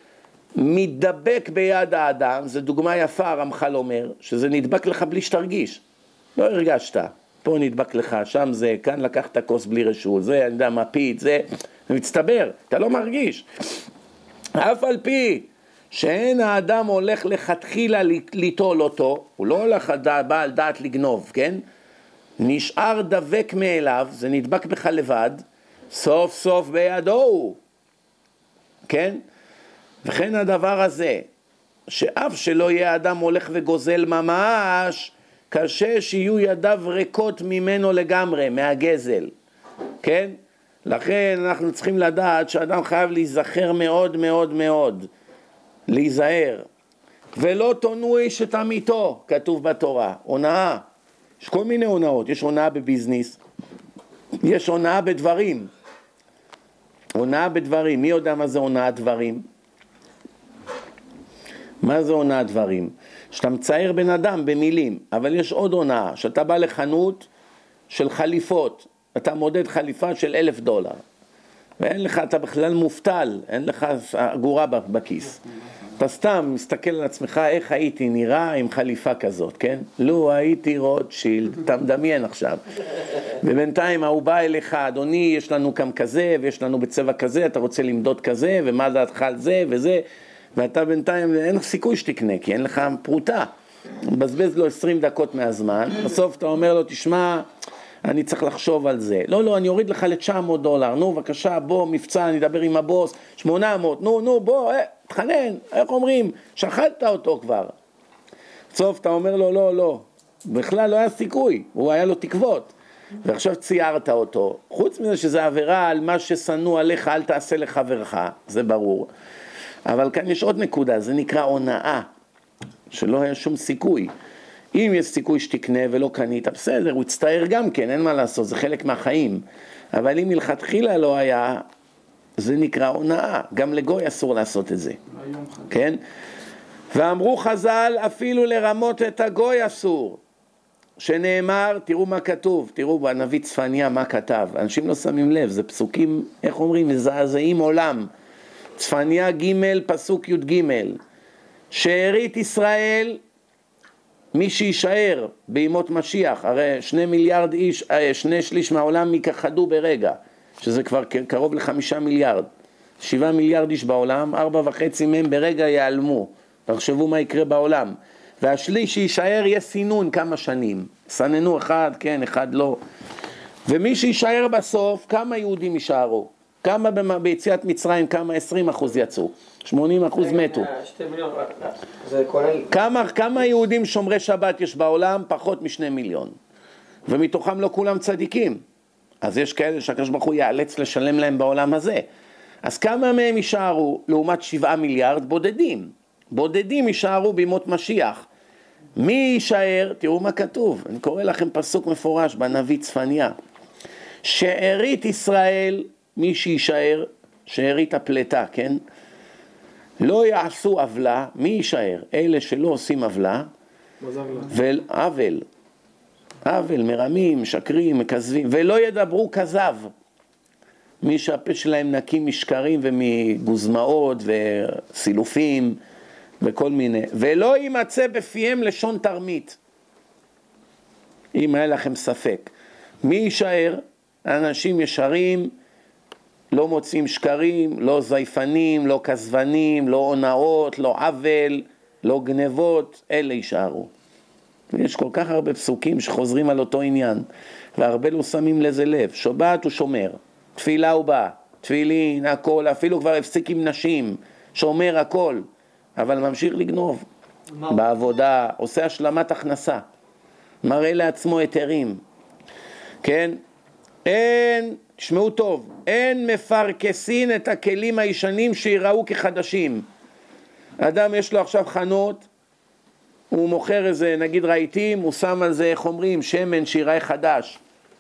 מתדבק ביד האדם. זה דוגמה יפה, הרמח"ל אומר, שזה נדבק לך בלי שתרגיש, לא הרגשת, פה נדבק לך, שם זה, כאן לקחת כוס בלי רשות, זה, אני יודע, מפית, זה מצטבר, אתה לא מרגיש. אף על פי שאין האדם הולך לכתחילה ליטול אותו, הוא לא הולך בעל דעת לגנוב, כן? נשאר דבק מאליו, זה נדבק בך לבד, סוף סוף בידו הוא, כן? וכן הדבר הזה, שאף שלא יהיה אדם הולך וגוזל ממש, קשה שיהיו ידיו ריקות ממנו לגמרי, מהגזל, כן? לכן אנחנו צריכים לדעת שאדם חייב להיזכר מאוד מאוד מאוד, להיזהר. ולא תונו איש את עמיתו, כתוב בתורה, הונאה. יש כל מיני הונאות, יש הונאה בביזנס, יש הונאה בדברים. הונאה בדברים, מי יודע מה זה הונאה דברים? מה זה הונאה דברים? שאתה מצייר בן אדם במילים, אבל יש עוד הונאה, שאתה בא לחנות של חליפות, אתה מודד חליפה של $1,000, ואין לך, אתה בכלל מופתל, אין לך אגורה בכיס. אתה סתם מסתכל על עצמך, איך הייתי נראה עם חליפה כזאת, כן? לא, הייתי רוטשילד, אתה מדמיין עכשיו. ובינתיים הוא בא אליך, אדוני, יש לנו גם כזה, ויש לנו בצבע כזה, אתה רוצה למדוד כזה, ומה דעתך על זה וזה, ואתה בינתיים, אין לך סיכוי שתקנה, כי אין לך פרוטה. מבזבז לו 20 דקות מהזמן, בסוף אתה אומר לו, תשמע, אני צריך לחשוב על זה. לא, אני אוריד לך $900, נו, בבקשה, בוא, מבצע, אני אדבר עם הבוס, 800, נו, בוא, תחנן, איך אומרים? שחלת אותו כבר. בסוף אתה אומר לו, לא, בכלל לא היה סיכוי, הוא היה לו תקוות, ועכשיו ציירת אותו. חוץ מזה שזה עבירה על מה ששנוא עליך, אל תעשה לחברך, זה ברור. אבל כאן יש עוד נקודה, זה נקרא הונאה, שלא היה שום סיכוי. אם יש סיכוי שתקנה ולא קנית, בסדר, הוא יצטער גם כן, אין מה לעשות, זה חלק מהחיים. אבל אם מלכתחילה לא היה, זה נקרא הונאה. גם לגוי אסור לעשות את זה. כן? ואמרו חז"ל, אפילו לרמות את הגוי אסור. שנאמר, תראו מה כתוב, תראו בנביא צפניה מה כתב. אנשים לא שמים לב, זה פסוקים, איך אומרים, מזעזעים עולם. צפניה ג' פסוק י' ג' שארית ישראל, מי שישאר בימות משיח, הרי 2 מיליארד איש, 2/3 מהעולם יכחדו ברגע, שזה כבר קרוב ל5 מיליארד, 7 מיליארד איש בעולם, 4.5 מהם ברגע ייעלמו, תחשבו מה יקרה בעולם, והשליש שישאר יהיה סינון כמה שנים, סננו אחד כן, אחד לא, ומי שישאר בסוף, כמה יהודים יישארו? כמה ביציאת מצרים, כמה 20% יצאו, 80% מתו. 2 מיליון, זה כולל... כמה יהודים שומרי שבת יש בעולם? פחות מ2 מיליון. ומתוכם לא כולם צדיקים. אז יש כאלה שהקדוש ברוך הוא יאלץ לשלם להם בעולם הזה. אז כמה מהם יישארו? לעומת 7 מיליארד בודדים. בודדים יישארו בימות משיח. מי יישאר? תראו מה כתוב, אני קורא לכם פסוק מפורש בנביא צפניה. שארית ישראל, מי שישאר, שארית הפלטה, כן? לא יעשו עוולה, מי יישאר? אלה שלא עושים עוולה, ועוול, עוול, מרמים, משקרים, מכזבים, ולא ידברו כזב. מי שהפה שלהם נקי משקרים ומגוזמאות וסילופים וכל מיני, ולא יימצא בפיהם לשון תרמית. אם היה לכם ספק, מי יישאר? אנשים ישרים, לא מוצאים שקרים, לא זייפנים, לא כזבנים, לא הונאות, לא עוול, לא גנבות, אלה יישארו. יש כל כך הרבה פסוקים שחוזרים על אותו עניין, והרבה לא שמים לזה לב. שבת הוא שומר, תפילה הוא בא, תפילין, הכל, אפילו כבר הפסיק עם נשים, שומר הכל, אבל ממשיך לגנוב. בעבודה, עושה השלמת הכנסה, מראה לעצמו היתרים. כן? אין, תשמעו טוב, אין מפרקסין את הכלים הישנים שיראו כחדשים. אדם יש לו עכשיו חנות, הוא מוכר איזה, נגיד רהיטים, הוא שם על זה, איך אומרים, שמן שיראה חדש,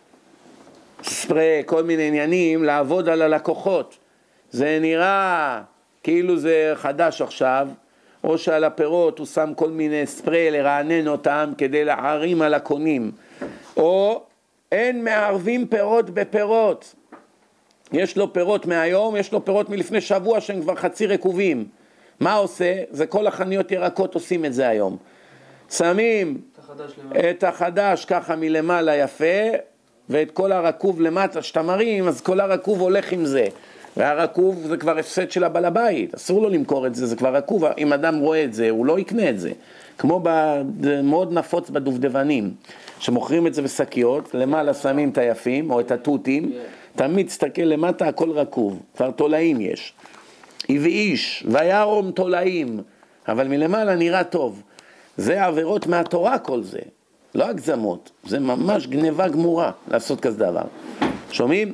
ספרי, כל מיני עניינים, לעבוד על הלקוחות. זה נראה כאילו זה חדש עכשיו, או שעל הפירות הוא שם כל מיני ספרי לרענן אותם כדי להערים על הקונים, או אין מערבים פירות בפירות. יש לו פירות מהיום, יש לו פירות מלפני שבוע שהם כבר חצי רקובים. מה עושה? זה כל החנויות ירקות עושים את זה היום. שמים את החדש ככה מלמעלה יפה, ואת כל הרקוב למטה שאתה מרים, אז כל הרקוב הולך עם זה. והרקוב זה כבר הפסד של הבעל הבית, אסור לו למכור את זה, זה כבר רקוב, אם אדם רואה את זה, הוא לא יקנה את זה. כמו מאוד נפוץ בדובדבנים, שמוכרים את זה בשקיות, למעלה שמים את היפים או את התותים, תמיד תסתכל למטה, הכל רקוב, כבר תולעים יש. ואיש, וירום תולעים, אבל מלמעלה נראה טוב. זה עבירות מהתורה כל זה, לא הגזמות, זה ממש גניבה גמורה לעשות כזה דבר. שומעים?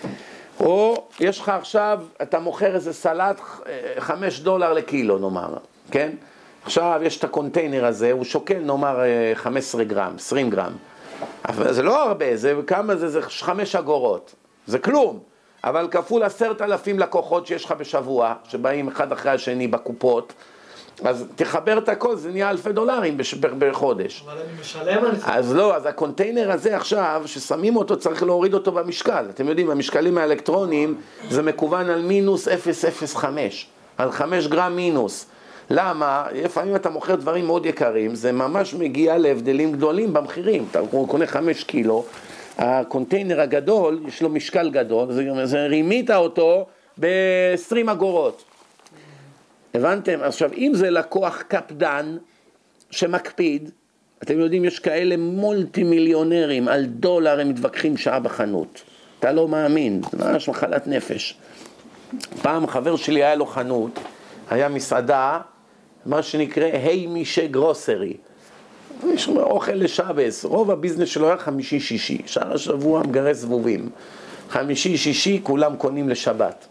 או יש לך עכשיו, אתה מוכר איזה סלט $5 לקילו נאמר, כן? עכשיו יש את הקונטיינר הזה, הוא שוקל נאמר 15 גרם, 20 גרם. אבל זה לא הרבה, זה כמה זה? זה 5 אגורות, זה כלום. אבל כפול 10,000 לקוחות שיש לך בשבוע, שבאים אחד אחרי השני בקופות, אז תחבר את הכל, זה נהיה $1,000 בחודש. אבל אני משלם על זה. אז לא, אז הקונטיינר הזה עכשיו, ששמים אותו, צריך להוריד אותו במשקל. אתם יודעים, המשקלים האלקטרוניים, זה מקוון על מינוס 0.05, על 5 גרם מינוס. למה? לפעמים אתה מוכר דברים מאוד יקרים, זה ממש מגיע להבדלים גדולים במחירים. אתה קונה 5 קילו, הקונטיינר הגדול, יש לו משקל גדול, זה רימית אותו ב-20 אגורות. הבנתם? עכשיו, אם זה לקוח קפדן שמקפיד, אתם יודעים, יש כאלה מולטי מיליונרים, על דולר הם מתווכחים שעה בחנות. אתה לא מאמין, זה ממש מחלת נפש. פעם חבר שלי היה לו חנות, היה מסעדה, מה שנקרא היימישה גרוסרי. יש אוכל לשבס, רוב הביזנס שלו היה 5-6, שער השבוע מגרס זבובים. 5-6 כולם קונים לשבת.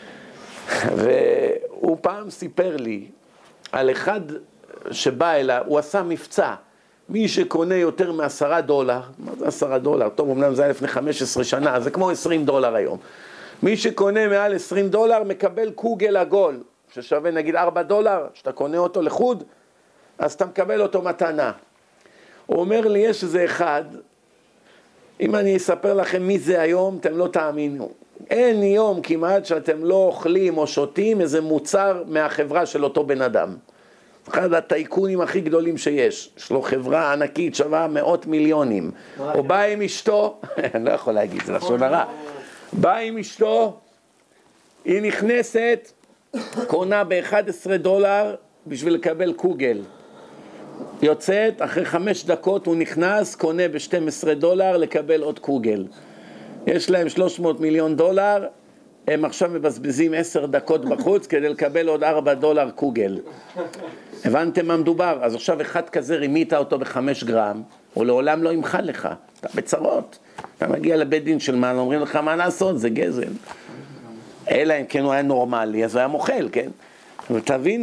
והוא פעם סיפר לי על אחד שבא אליו, הוא עשה מבצע, מי שקונה יותר $10, מה זה $10? טוב, אמנם זה היה לפני 15 שנה, זה כמו $20 היום. מי שקונה מעל $20 מקבל קוגל עגול, ששווה נגיד $4, שאתה קונה אותו לחוד, אז אתה מקבל אותו מתנה. הוא אומר לי, יש איזה אחד, אם אני אספר לכם מי זה היום, אתם לא תאמינו. אין יום כמעט שאתם לא אוכלים או שותים איזה מוצר מהחברה של אותו בן אדם. אחד הטייקונים הכי גדולים שיש. יש לו חברה ענקית, שווה מאות מיליונים. הוא בא עם אשתו, אני לא יכול להגיד, זה לשון הרע. בא עם אשתו, היא נכנסת, קונה $11 בשביל לקבל קוגל. יוצאת, אחרי 5 דקות הוא נכנס, קונה $12 לקבל עוד קוגל. יש להם $300 מיליון, הם עכשיו מבזבזים 10 דקות בחוץ כדי לקבל עוד $4 קוגל. הבנתם מה מדובר? אז עכשיו אחד כזה רימית אותו ב5 גרם, הוא לעולם לא ימחל לך, אתה בצרות. אתה מגיע לבית דין של מה, אומרים לך מה לעשות, זה גזל. אלא אם כן הוא היה נורמלי, אז הוא היה מוכל, כן? אבל תבינו,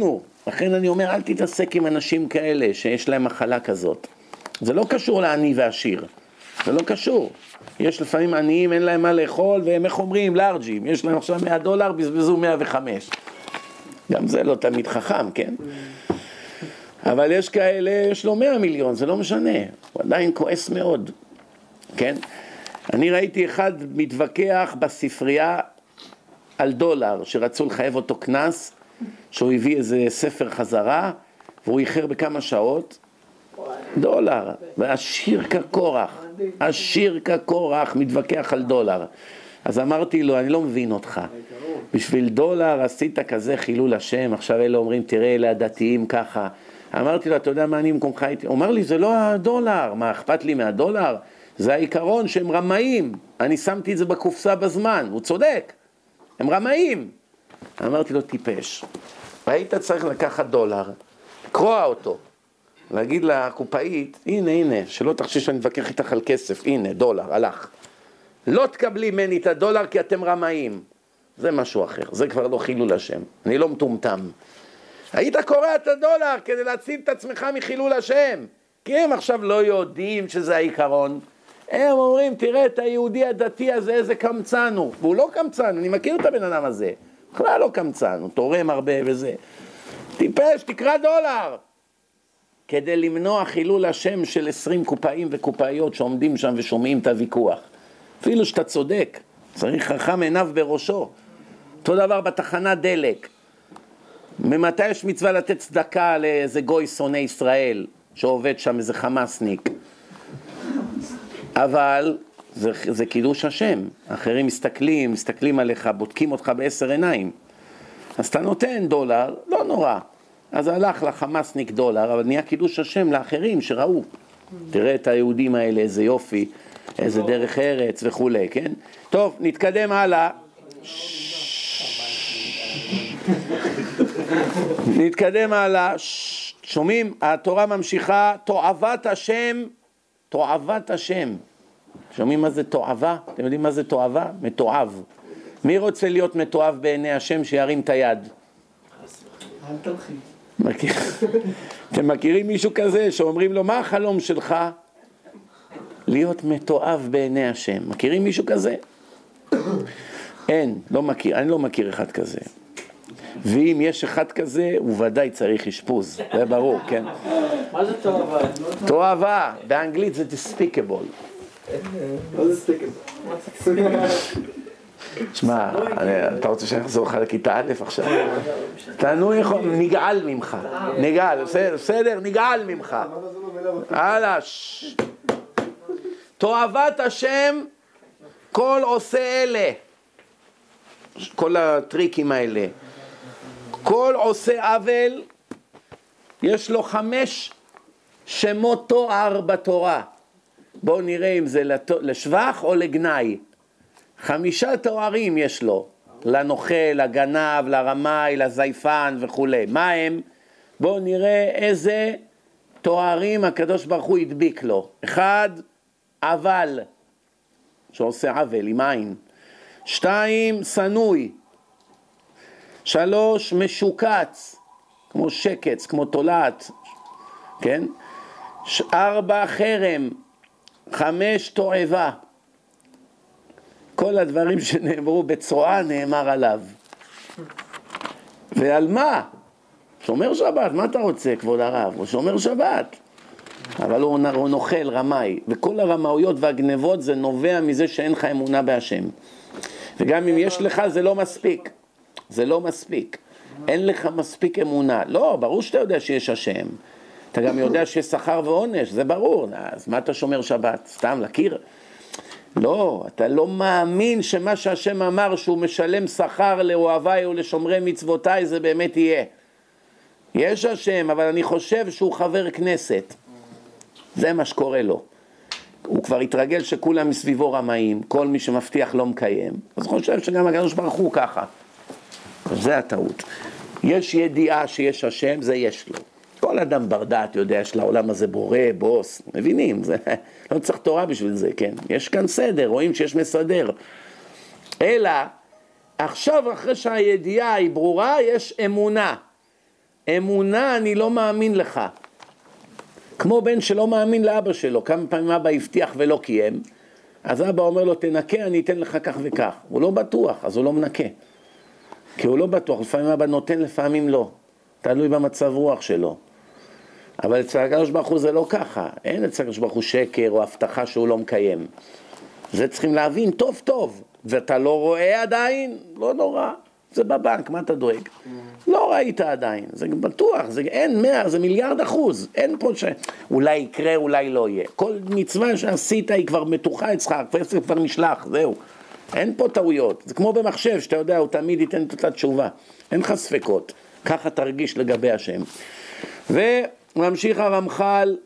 לכן אני אומר, אל תתעסק עם אנשים כאלה שיש להם מחלה כזאת. זה לא קשור לעני ועשיר. זה לא קשור. יש לפעמים עניים, אין להם מה לאכול, והם איך אומרים, לארג'ים. יש להם עכשיו $100, בזבזו 105. גם זה לא תמיד חכם, כן? אבל יש כאלה, יש לו 100 מיליון, זה לא משנה. הוא עדיין כועס מאוד, כן? אני ראיתי אחד מתווכח בספרייה על דולר, שרצו לחייב אותו כנס, שהוא הביא איזה ספר חזרה, והוא איחר בכמה שעות, דולר, ועשיר כקורח, עשיר כקורח, מתווכח על דולר. אז אמרתי לו, אני לא מבין אותך, בשביל דולר עשית כזה חילול השם, עכשיו אלה אומרים, תראה, אלה הדתיים ככה. אמרתי לו, אתה יודע מה אני במקומך הייתי? הוא אמר לי, זה לא הדולר, מה אכפת לי מהדולר? זה העיקרון שהם רמאים, אני שמתי את זה בקופסה בזמן, הוא צודק, הם רמאים. אמרתי לו, טיפש, היית צריך לקחת דולר, קרוע אותו, להגיד לקופאית, הנה, שלא תחשי שאני מתווכח איתך על כסף, הנה, דולר, הלך. לא תקבלי ממני את הדולר כי אתם רמאים. זה משהו אחר, זה כבר לא חילול השם, אני לא מטומטם. היית קורא את הדולר כדי להציל את עצמך מחילול השם, כי הם עכשיו לא יודעים שזה העיקרון. הם אומרים, תראה את היהודי הדתי הזה, איזה קמצן הוא. והוא לא קמצן, אני מכיר את הבן אדם הזה. בכלל לא קמצן, הוא תורם הרבה וזה. טיפש, תקרא דולר. כדי למנוע חילול השם של 20 קופאים וקופאיות שעומדים שם ושומעים את הוויכוח. אפילו שאתה צודק, צריך חכם עיניו בראשו. אותו דבר בתחנת דלק. ממתי יש מצווה לתת צדקה לאיזה גוי שונא ישראל שעובד שם, איזה חמאסניק? אבל זה קידוש השם. אחרים מסתכלים עליך, בודקים אותך ב10 עיניים. אז אתה נותן דולר, לא נורא. אז הלך לחמאסניק דולר, אבל נהיה קידוש השם לאחרים שראו. תראה את היהודים האלה, איזה יופי, איזה דרך ארץ וכו', כן? טוב, נתקדם הלאה. נתקדם הלאה. שומעים? התורה ממשיכה, תועבת השם, תועבת השם. שומעים מה זה תועבה? אתם יודעים מה זה תועבה? מתועב. מי רוצה להיות מתועב בעיני השם שירים את היד? אל תלכי. אתם מכירים מישהו כזה שאומרים לו, מה החלום שלך? להיות מתועב בעיני השם. מכירים מישהו כזה? אין, לא מכיר, אני לא מכיר אחד כזה. ואם יש אחד כזה, הוא ודאי צריך אשפוז, זה ברור, כן? מה זה תועבה? תועבה, באנגלית זה despicable. מה זה despicable? שמע, אתה רוצה שאני אחזור לך לכיתה א' עכשיו? תענו, נגעל ממך, נגעל, בסדר? נגעל ממך. הלאה. תועבת השם, כל עושה אלה. כל הטריקים האלה. כל עושה עוול, יש לו 5 שמות תואר בתורה. בואו נראה אם זה לשבח או לגנאי. 5 תוארים יש לו, לנוכל, לגנב, לרמאי, לזייפן וכו'. מה הם? בואו נראה איזה תוארים הקדוש ברוך הוא הדביק לו. 1, אבל, שעושה עוול עם עין. 2, סנוי. 3, משוקץ, כמו שקץ, כמו תולעת, כן? 4, חרם. 5, תועבה. כל הדברים שנאמרו בצרועה נאמר עליו. ועל מה? שומר שבת, מה אתה רוצה, כבוד הרב? הוא שומר שבת. אבל הוא נוכל, רמאי. וכל הרמאויות והגנבות זה נובע מזה שאין לך אמונה בהשם. וגם אם יש לך זה לא מספיק. זה לא מספיק. אין לך מספיק אמונה. לא, ברור שאתה יודע שיש השם. אתה גם יודע שיש שכר ועונש, זה ברור. אז מה אתה שומר שבת? סתם להכיר? לא, אתה לא מאמין שמה שהשם אמר שהוא משלם שכר לאוהביי ולשומרי מצוותיי זה באמת יהיה. יש השם, אבל אני חושב שהוא חבר כנסת. זה מה שקורה לו. הוא כבר התרגל שכולם מסביבו רמאים, כל מי שמבטיח לא מקיים. אז חושב שגם הקדוש ברוך הוא ככה. זה הטעות. יש ידיעה שיש השם, זה יש לו. כל אדם בר דעת יודע שלעולם הזה בורא, בוס, מבינים, זה, לא צריך תורה בשביל זה, כן? יש כאן סדר, רואים שיש מסדר. אלא, עכשיו אחרי שהידיעה היא ברורה, יש אמונה. אמונה אני לא מאמין לך. כמו בן שלא מאמין לאבא שלו, כמה פעמים אבא הבטיח ולא קיים, אז אבא אומר לו תנקה, אני אתן לך כך וכך. הוא לא בטוח, אז הוא לא מנקה. כי הוא לא בטוח, לפעמים אבא נותן, לפעמים לא. תלוי במצב רוח שלו. אבל אצל הקדוש ברוך הוא זה לא ככה. אין אצל הקדוש ברוך הוא שקר או הבטחה שהוא לא מקיים. זה צריכים להבין טוב טוב. ואתה לא רואה עדיין? לא נורא. זה בבנק, מה אתה דואג? לא ראית עדיין. זה בטוח, זה אין 100, זה 1,000,000,000%. אין פה אולי יקרה, אולי לא יהיה. כל מצווה שעשית היא כבר מתוחה אצלך, הכסף כבר נשלח, זהו. אין פה טעויות. זה כמו במחשב, שאתה יודע, הוא תמיד ייתן את אותה תשובה. אין לך ספקות. ככה תרגיש לגבי השם. וממשיך הרמח"ל,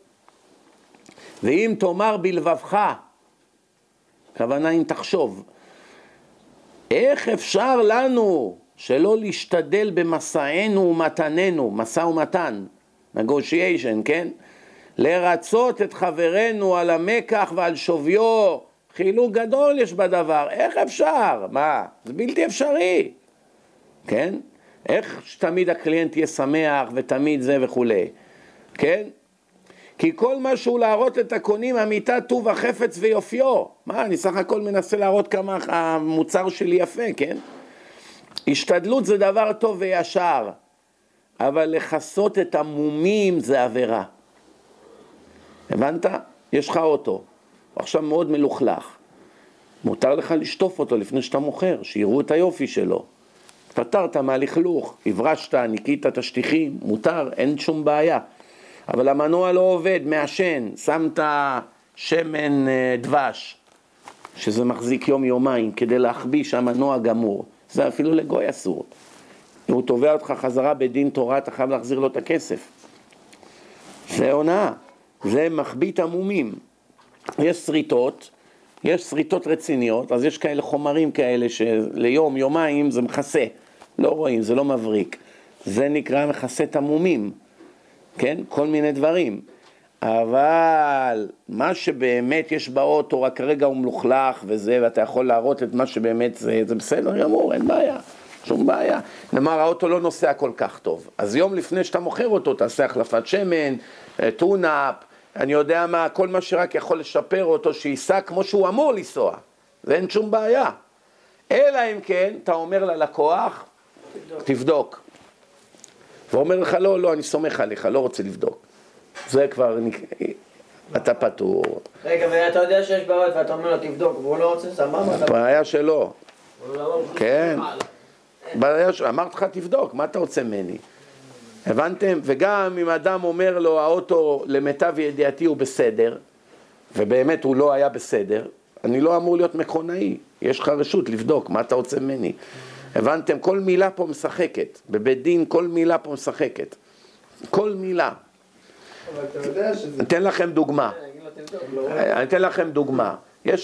ואם תאמר בלבבך, כוונה אם תחשוב, איך אפשר לנו שלא להשתדל במסענו ומתננו, מסע ומתן, negotiation, כן? לרצות את חברנו על המקח ועל שוויו, חילוק גדול יש בדבר, איך אפשר? מה? זה בלתי אפשרי, כן? איך שתמיד הקליינט יהיה שמח ותמיד זה וכו', כן? כי כל משהו להראות את הקונים אמיתה טוב החפץ ויופיו. מה, אני סך הכל מנסה להראות כמה המוצר שלי יפה, כן? השתדלות זה דבר טוב וישר, אבל לחסות את המומים זה עבירה. הבנת? יש לך אוטו, עכשיו מאוד מלוכלך. מותר לך לשטוף אותו לפני שאתה מוכר, שיראו את היופי שלו. פתרת מהלכלוך, הברשת, ניקית את השטיחים, מותר, אין שום בעיה. אבל המנוע לא עובד, מעשן, שמת שמן דבש, שזה מחזיק יום-יומיים, כדי להחביש המנוע גמור. זה אפילו לגוי אסור. אם הוא תובע אותך חזרה בדין תורה, אתה חייב להחזיר לו את הכסף. זה הונאה, זה מחבית עמומים. יש שריטות רציניות, אז יש כאלה חומרים כאלה שליום, יומיים זה מכסה. לא רואים, זה לא מבריק. זה נקרא מכסה תמומים. כן? כל מיני דברים. אבל מה שבאמת יש באוטו, רק כרגע הוא מלוכלך וזה, ואתה יכול להראות את מה שבאמת זה בסדר גמור, אין בעיה, שום בעיה. נאמר, האוטו לא נוסע כל כך טוב. אז יום לפני שאתה מוכר אותו, תעשה החלפת שמן, טונאפ, אני יודע מה, כל מה שרק יכול לשפר אותו, שייסע כמו שהוא אמור לנסוע. זה אין שום בעיה. אלא אם כן, אתה אומר ללקוח, תבדוק. ואומר לך, לא, אני סומך עליך, לא רוצה לבדוק. זה כבר, אתה פטור. רגע, ואתה יודע שיש בעיות ואתה אומר לו תבדוק, והוא לא רוצה, סבבה? בעיה שלו. כן. בעיה שלו, אמרת לך תבדוק, מה אתה רוצה ממני? הבנתם? וגם אם אדם אומר לו, האוטו למיטב ידיעתי הוא בסדר, ובאמת הוא לא היה בסדר, אני לא אמור להיות מכונאי. יש לך רשות לבדוק, מה אתה רוצה ממני? הבנתם? כל מילה פה משחקת. בבית דין כל מילה פה משחקת. כל מילה. אבל אתה יודע שזה... אני אתן לכם דוגמה. יש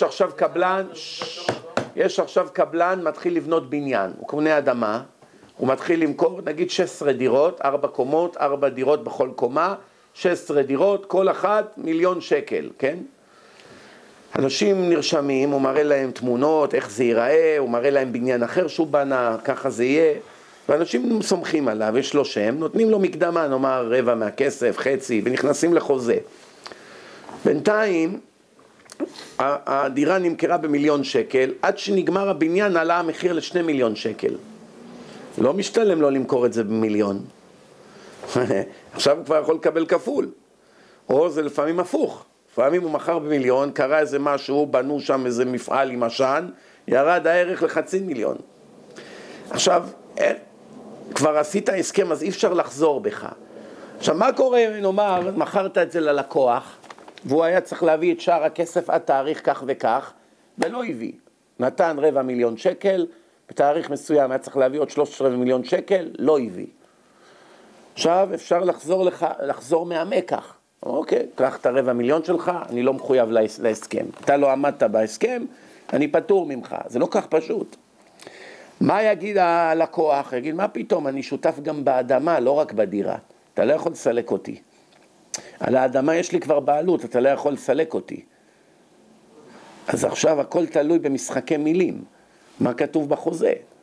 עכשיו קבלן מתחיל לבנות בניין. הוא קונה אדמה, הוא מתחיל למכור, נגיד 16 דירות, 4 קומות, 4 דירות בכל קומה, 16 דירות, כל אחת 1,000,000 שקל, כן? אנשים נרשמים, הוא מראה להם תמונות, איך זה ייראה, הוא מראה להם בניין אחר שהוא בנה, ככה זה יהיה, ואנשים סומכים עליו, יש לו שם, נותנים לו מקדמה, נאמר רבע מהכסף, חצי, ונכנסים לחוזה. בינתיים, הדירה נמכרה ב1,000,000 שקל, עד שנגמר הבניין עלה המחיר ל2,000,000 שקל. לא משתלם לו למכור את זה ב1,000,000. עכשיו הוא כבר יכול לקבל כפול. או זה לפעמים הפוך. לפעמים הוא מכר ב1,000,000, קרה איזה משהו, בנו שם איזה מפעל עם עשן, ירד הערך ל500,000. עכשיו, כבר עשית הסכם, אז אי אפשר לחזור בך. עכשיו, מה קורה, נאמר, מכרת את זה ללקוח, והוא היה צריך להביא את שאר הכסף עד תאריך כך וכך, ולא הביא. נתן 250,000 שקל, בתאריך מסוים היה צריך להביא עוד 3,250,000 שקל, לא הביא. עכשיו אפשר לחזור מהמקח. אוקיי, קח את 250,000 שלך, אני לא מחויב להסכם. אתה לא עמדת בהסכם, אני פטור ממך. זה לא כך פשוט. מה יגיד הלקוח? יגיד, מה פתאום, אני שותף גם באדמה, לא רק בדירה. אתה לא יכול לסלק אותי. על האדמה יש לי כבר בעלות, אתה לא יכול לסלק אותי. אז עכשיו הכל תלוי במשחקי מילים. מה כתוב בחוזה?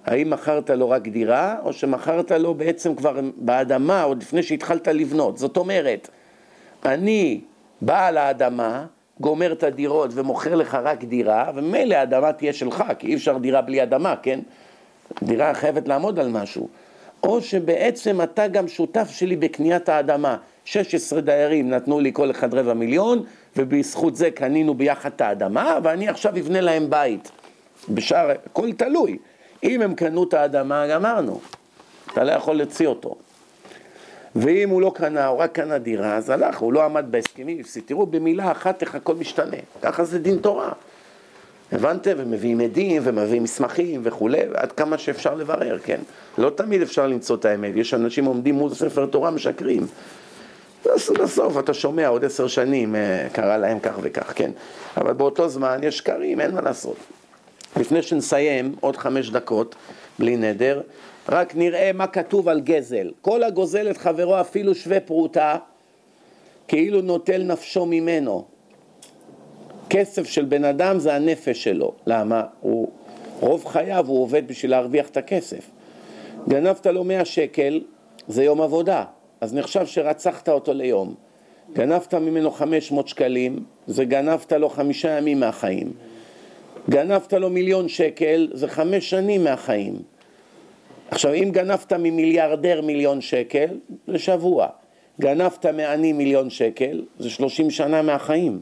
האם מכרת לו רק דירה, או שמכרת לו בעצם כבר באדמה, עוד לפני שהתחלת לבנות? זאת אומרת, אני בעל האדמה, גומר את הדירות ומוכר לך רק דירה, ומילא האדמה תהיה שלך, כי אי אפשר דירה בלי אדמה, כן? דירה חייבת לעמוד על משהו. או שבעצם אתה גם שותף שלי בקניית האדמה. 16 דיירים נתנו לי כל אחד 250,000, ובזכות זה קנינו ביחד את האדמה, ואני עכשיו אבנה להם בית. בשאר, הכל תלוי. אם הם קנו את האדמה, גמרנו. אתה לא יכול להוציא אותו. ואם הוא לא קנה, הוא רק קנה דירה, אז הלך, הוא לא עמד בהסכמים. תראו, במילה אחת איך הכל משתנה. ככה זה דין תורה. הבנתם? ומביאים עדים, ומביאים מסמכים וכו', עד כמה שאפשר לברר, כן? לא תמיד אפשר למצוא את האמת. יש אנשים עומדים מול ספר תורה משקרים. בסוף אתה שומע עוד 10 שנים, קרה להם כך וכך, כן? אבל באותו זמן יש שקרים, אין מה לעשות. לפני שנסיים, עוד 5 דקות, בלי נדר, רק נראה מה כתוב על גזל. כל הגוזל את חברו אפילו שווה פרוטה, כאילו נוטל נפשו ממנו. כסף של בן אדם זה הנפש שלו. למה? רוב חייו הוא עובד בשביל להרוויח את הכסף. גנבת לו 100 שקל, זה יום עבודה. אז נחשב שרצחת אותו ליום. גנבת ממנו 500 שקלים, זה גנבת לו 5 ימים מהחיים. גנבת לו 1,000,000 שקל, זה 5 שנים מהחיים. עכשיו, אם גנבת ממיליארדר 1,000,000 שקל, זה שבוע. גנבת מעני 1,000,000 שקל, זה 30 שנה מהחיים.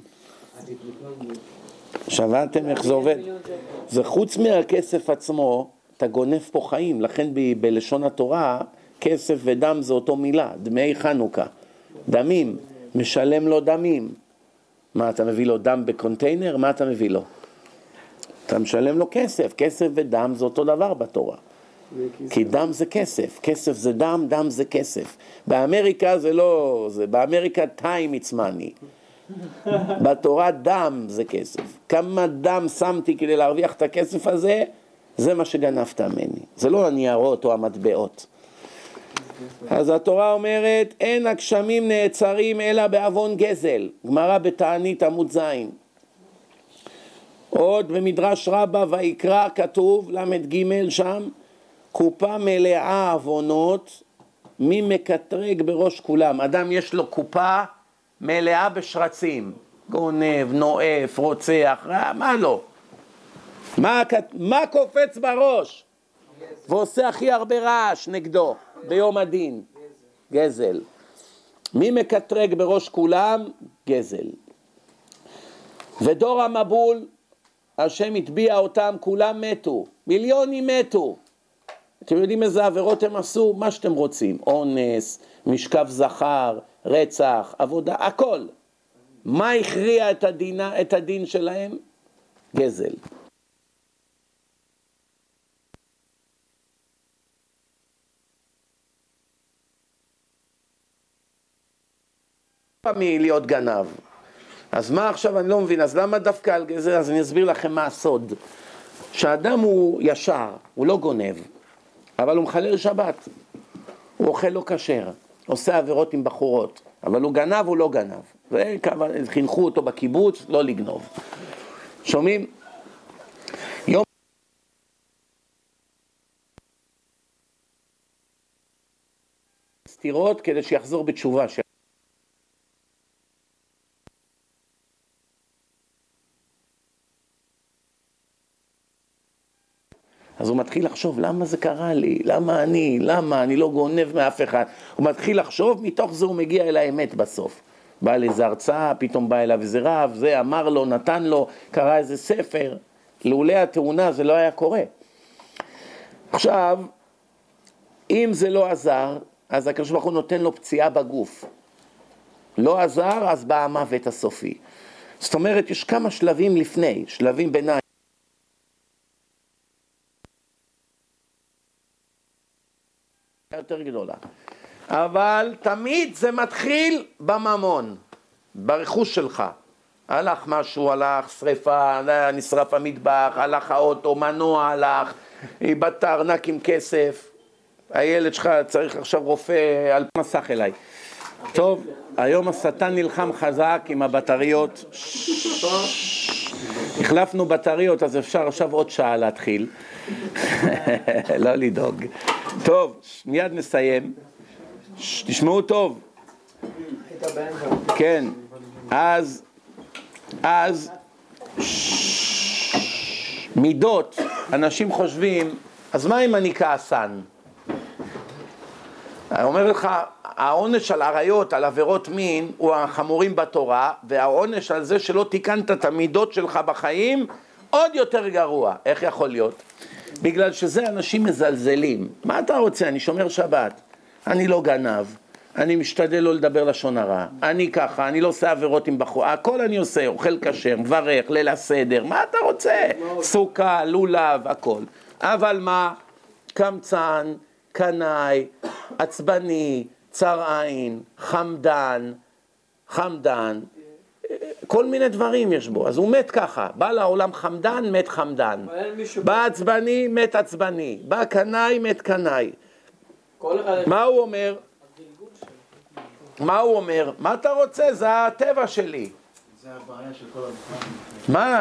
שמעתם איך זה עובד? זה חוץ מהכסף עצמו, אתה גונב פה חיים. לכן בלשון התורה, כסף ודם זה אותו מילה, דמי חנוכה. דמים, משלם לו דמים. מה, אתה מביא לו דם בקונטיינר? מה אתה מביא לו? אתה משלם לו כסף. כסף ודם זה אותו דבר בתורה. כי דם זה כסף, כסף זה דם, דם זה כסף. באמריקה זה לא, באמריקה time it's money. בתורה דם זה כסף. כמה דם שמתי כדי להרוויח את הכסף הזה, זה מה שגנבת ממני. זה לא הניירות או המטבעות. אז התורה אומרת, אין הגשמים נעצרים אלא בעוון גזל. גמרא בתענית עמוד זין. עוד במדרש רבה ויקרא כתוב, למד ג' שם, קופה מלאה עוונות, מי מקטרג בראש כולם. אדם יש לו קופה מלאה בשרצים, גונב, נואף, רוצח, מה לא? מה קופץ בראש? ועושה הכי הרבה רעש נגדו ביום הדין? גזל. מי מקטרג בראש כולם? גזל. ודור המבול, השם הטביע אותם, כולם מתו, 1,000,000 מתו. אתם יודעים איזה עבירות הם עשו? מה שאתם רוצים, אונס, משכב זכר, רצח, עבודה, הכל. מה הכריע את הדין שלהם? גזל. להיות גנב. אז מה עכשיו? אני לא מבין. אז למה דווקא על גזל? אז אני אסביר לכם מה הסוד. שהאדם הוא ישר, הוא לא גונב, אבל הוא מחלל שבת. הוא אוכל לא כשר, עושה עבירות עם בחורות, אבל הוא גנב, הוא לא גנב. וחינכו אותו בקיבוץ לא לגנוב. שומעים? יום סתירות כדי שיחזור בתשובה. אז הוא מתחיל לחשוב, למה זה קרה לי? למה אני לא גונב מאף אחד? הוא מתחיל לחשוב, מתוך זה הוא מגיע אל האמת בסוף. בא לאיזה הרצאה, פתאום בא אליו איזה רב, זה אמר לו, נתן לו, קרא איזה ספר. לעולי התאונה זה לא היה קורה. עכשיו, אם זה לא עזר, אז הקדוש ברוך הוא נותן לו פציעה בגוף. לא עזר, אז בא המוות הסופי. זאת אומרת, יש כמה שלבים לפני, שלבים ביניים. יותר גדולה. אבל תמיד זה מתחיל בממון, ברכוש שלך. הלך משהו, הלך שריפה, נשרף המטבח, הלך האוטו, מנוע הלך, איבדת ארנק עם כסף, הילד שלך צריך עכשיו רופא על מסך אליי. טוב, היום השטן נלחם חזק עם הבטריות. החלפנו בטריות, אז אפשר עכשיו עוד שעה להתחיל. לא לדאוג. טוב, מיד נסיים. תשמעו טוב. כן, אז מידות, אנשים חושבים, אז מה אם אני כעסן? אני אומר לך, העונש על עריות, על עבירות מין, הוא החמורים בתורה, והעונש על זה שלא תיקנת את המידות שלך בחיים, עוד יותר גרוע. איך יכול להיות? בגלל שזה אנשים מזלזלים. מה אתה רוצה? אני שומר שבת, אני לא גנב, אני משתדל לא לדבר לשון הרע, אני ככה, אני לא עושה עבירות עם בחור, הכל אני עושה, אוכל כשר, מברך, ליל הסדר, מה אתה רוצה? סוכה, לולב, הכל. אבל מה? קמצן, קנאי, עצבני, צר עין, חמדן, כל מיני דברים יש בו. אז הוא מת ככה, בא לעולם חמדן, מת חמדן, בא עצבני, מת עצבני, בא קנאי, מת קנאי. מה הוא אומר? מה אתה רוצה? זה הטבע שלי. זה הבעיה של כל הדברים. מה?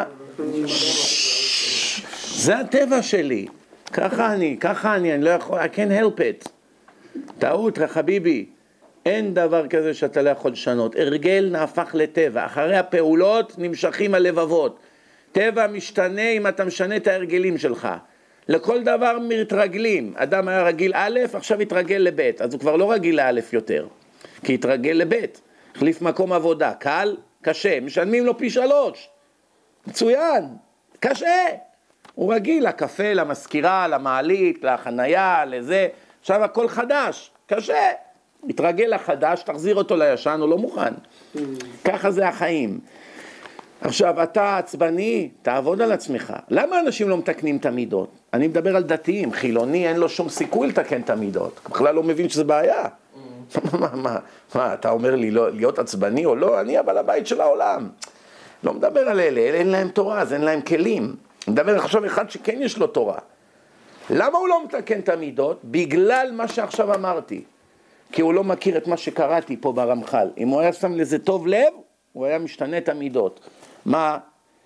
זה הטבע שלי. ככה אני לא יכול, I can't help it. טעות, חביבי. אין דבר כזה שאתה לא יכול לשנות. הרגל נהפך לטבע. אחרי הפעולות נמשכים הלבבות. טבע משתנה אם אתה משנה את ההרגלים שלך. לכל דבר מתרגלים. אדם היה רגיל א', עכשיו התרגל לב', אז הוא כבר לא רגיל לא' יותר. כי התרגל לב', החליף מקום עבודה. קל, קשה. משלמים לו פי 3. מצוין, קשה. הוא רגיל לקפה, למזכירה, למעלית, לחנייה, לזה. עכשיו הכל חדש, קשה. מתרגל לחדש, תחזיר אותו לישן, הוא לא מוכן. ככה זה החיים. עכשיו, אתה עצבני, תעבוד על עצמך. למה אנשים לא מתקנים את המידות? אני מדבר על דתיים, חילוני, אין לו שום סיכוי לתקן את המידות. בכלל לא מבין שזה בעיה. מה, אתה אומר לי להיות עצבני או לא? אני אבל הבית של העולם. לא מדבר על אלה אין להם תורה, אז אין להם כלים. מדבר עכשיו אחד שכן יש לו תורה. למה הוא לא מתקן את המידות? בגלל מה שעכשיו אמרתי. כי הוא לא מכיר את מה שקראתי פה ברמח"ל. אם הוא היה שם לזה טוב לב, הוא היה משתנה את המידות. מה?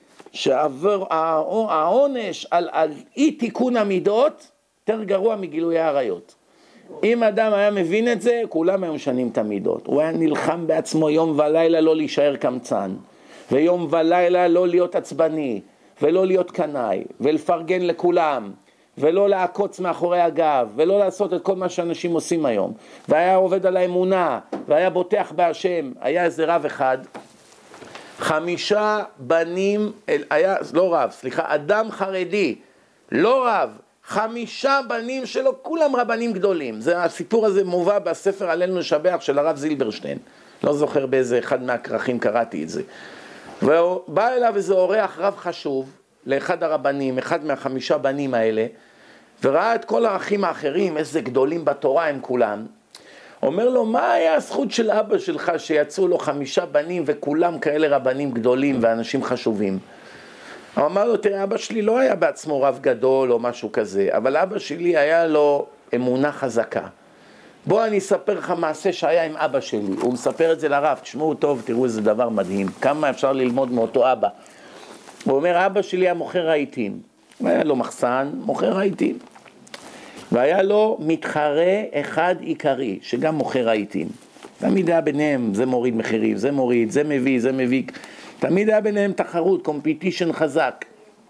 שהעונש על אי תיקון המידות יותר גרוע מגילוי העריות. אם אדם היה מבין את זה, כולם היו משנים את המידות. הוא היה נלחם בעצמו יום ולילה לא להישאר קמצן, ויום ולילה לא להיות עצבני, ולא להיות קנאי, ולפרגן לכולם, ולא לעקוץ מאחורי הגב, ולא לעשות את כל מה שאנשים עושים היום. והיה עובד על האמונה, והיה בוטח בהשם. היה איזה רב אחד, 5 בנים, אדם חרדי, לא רב, 5 בנים שלו, כולם רבנים גדולים. הסיפור הזה מובא בספר עלינו לשבח של הרב זילברשטיין. לא זוכר באיזה אחד מהכרכים קראתי את זה. ובא אליו איזה אורח רב חשוב, לאחד הרבנים, אחד מה5 בנים האלה, וראה את כל האחים האחרים, איזה גדולים בתורה הם כולם. אומר לו, מה היה הזכות של אבא שלך שיצאו לו 5 בנים וכולם כאלה רבנים גדולים ואנשים חשובים? הוא אמר לו, תראה, אבא שלי לא היה בעצמו רב גדול או משהו כזה, אבל אבא שלי היה לו אמונה חזקה. בוא אני אספר לך מעשה שהיה עם אבא שלי. הוא מספר את זה לרב, תשמעו טוב, תראו איזה דבר מדהים. כמה אפשר ללמוד מאותו אבא. הוא אומר, אבא שלי היה מוכר רהיטים. היה לו מחסן, מוכר רהיטים. והיה לו מתחרה אחד עיקרי, שגם מוכר רהיטים. תמיד היה ביניהם, זה מוריד מחירים, זה מוריד, זה מביא. תמיד היה ביניהם תחרות, קומפיטישן חזק.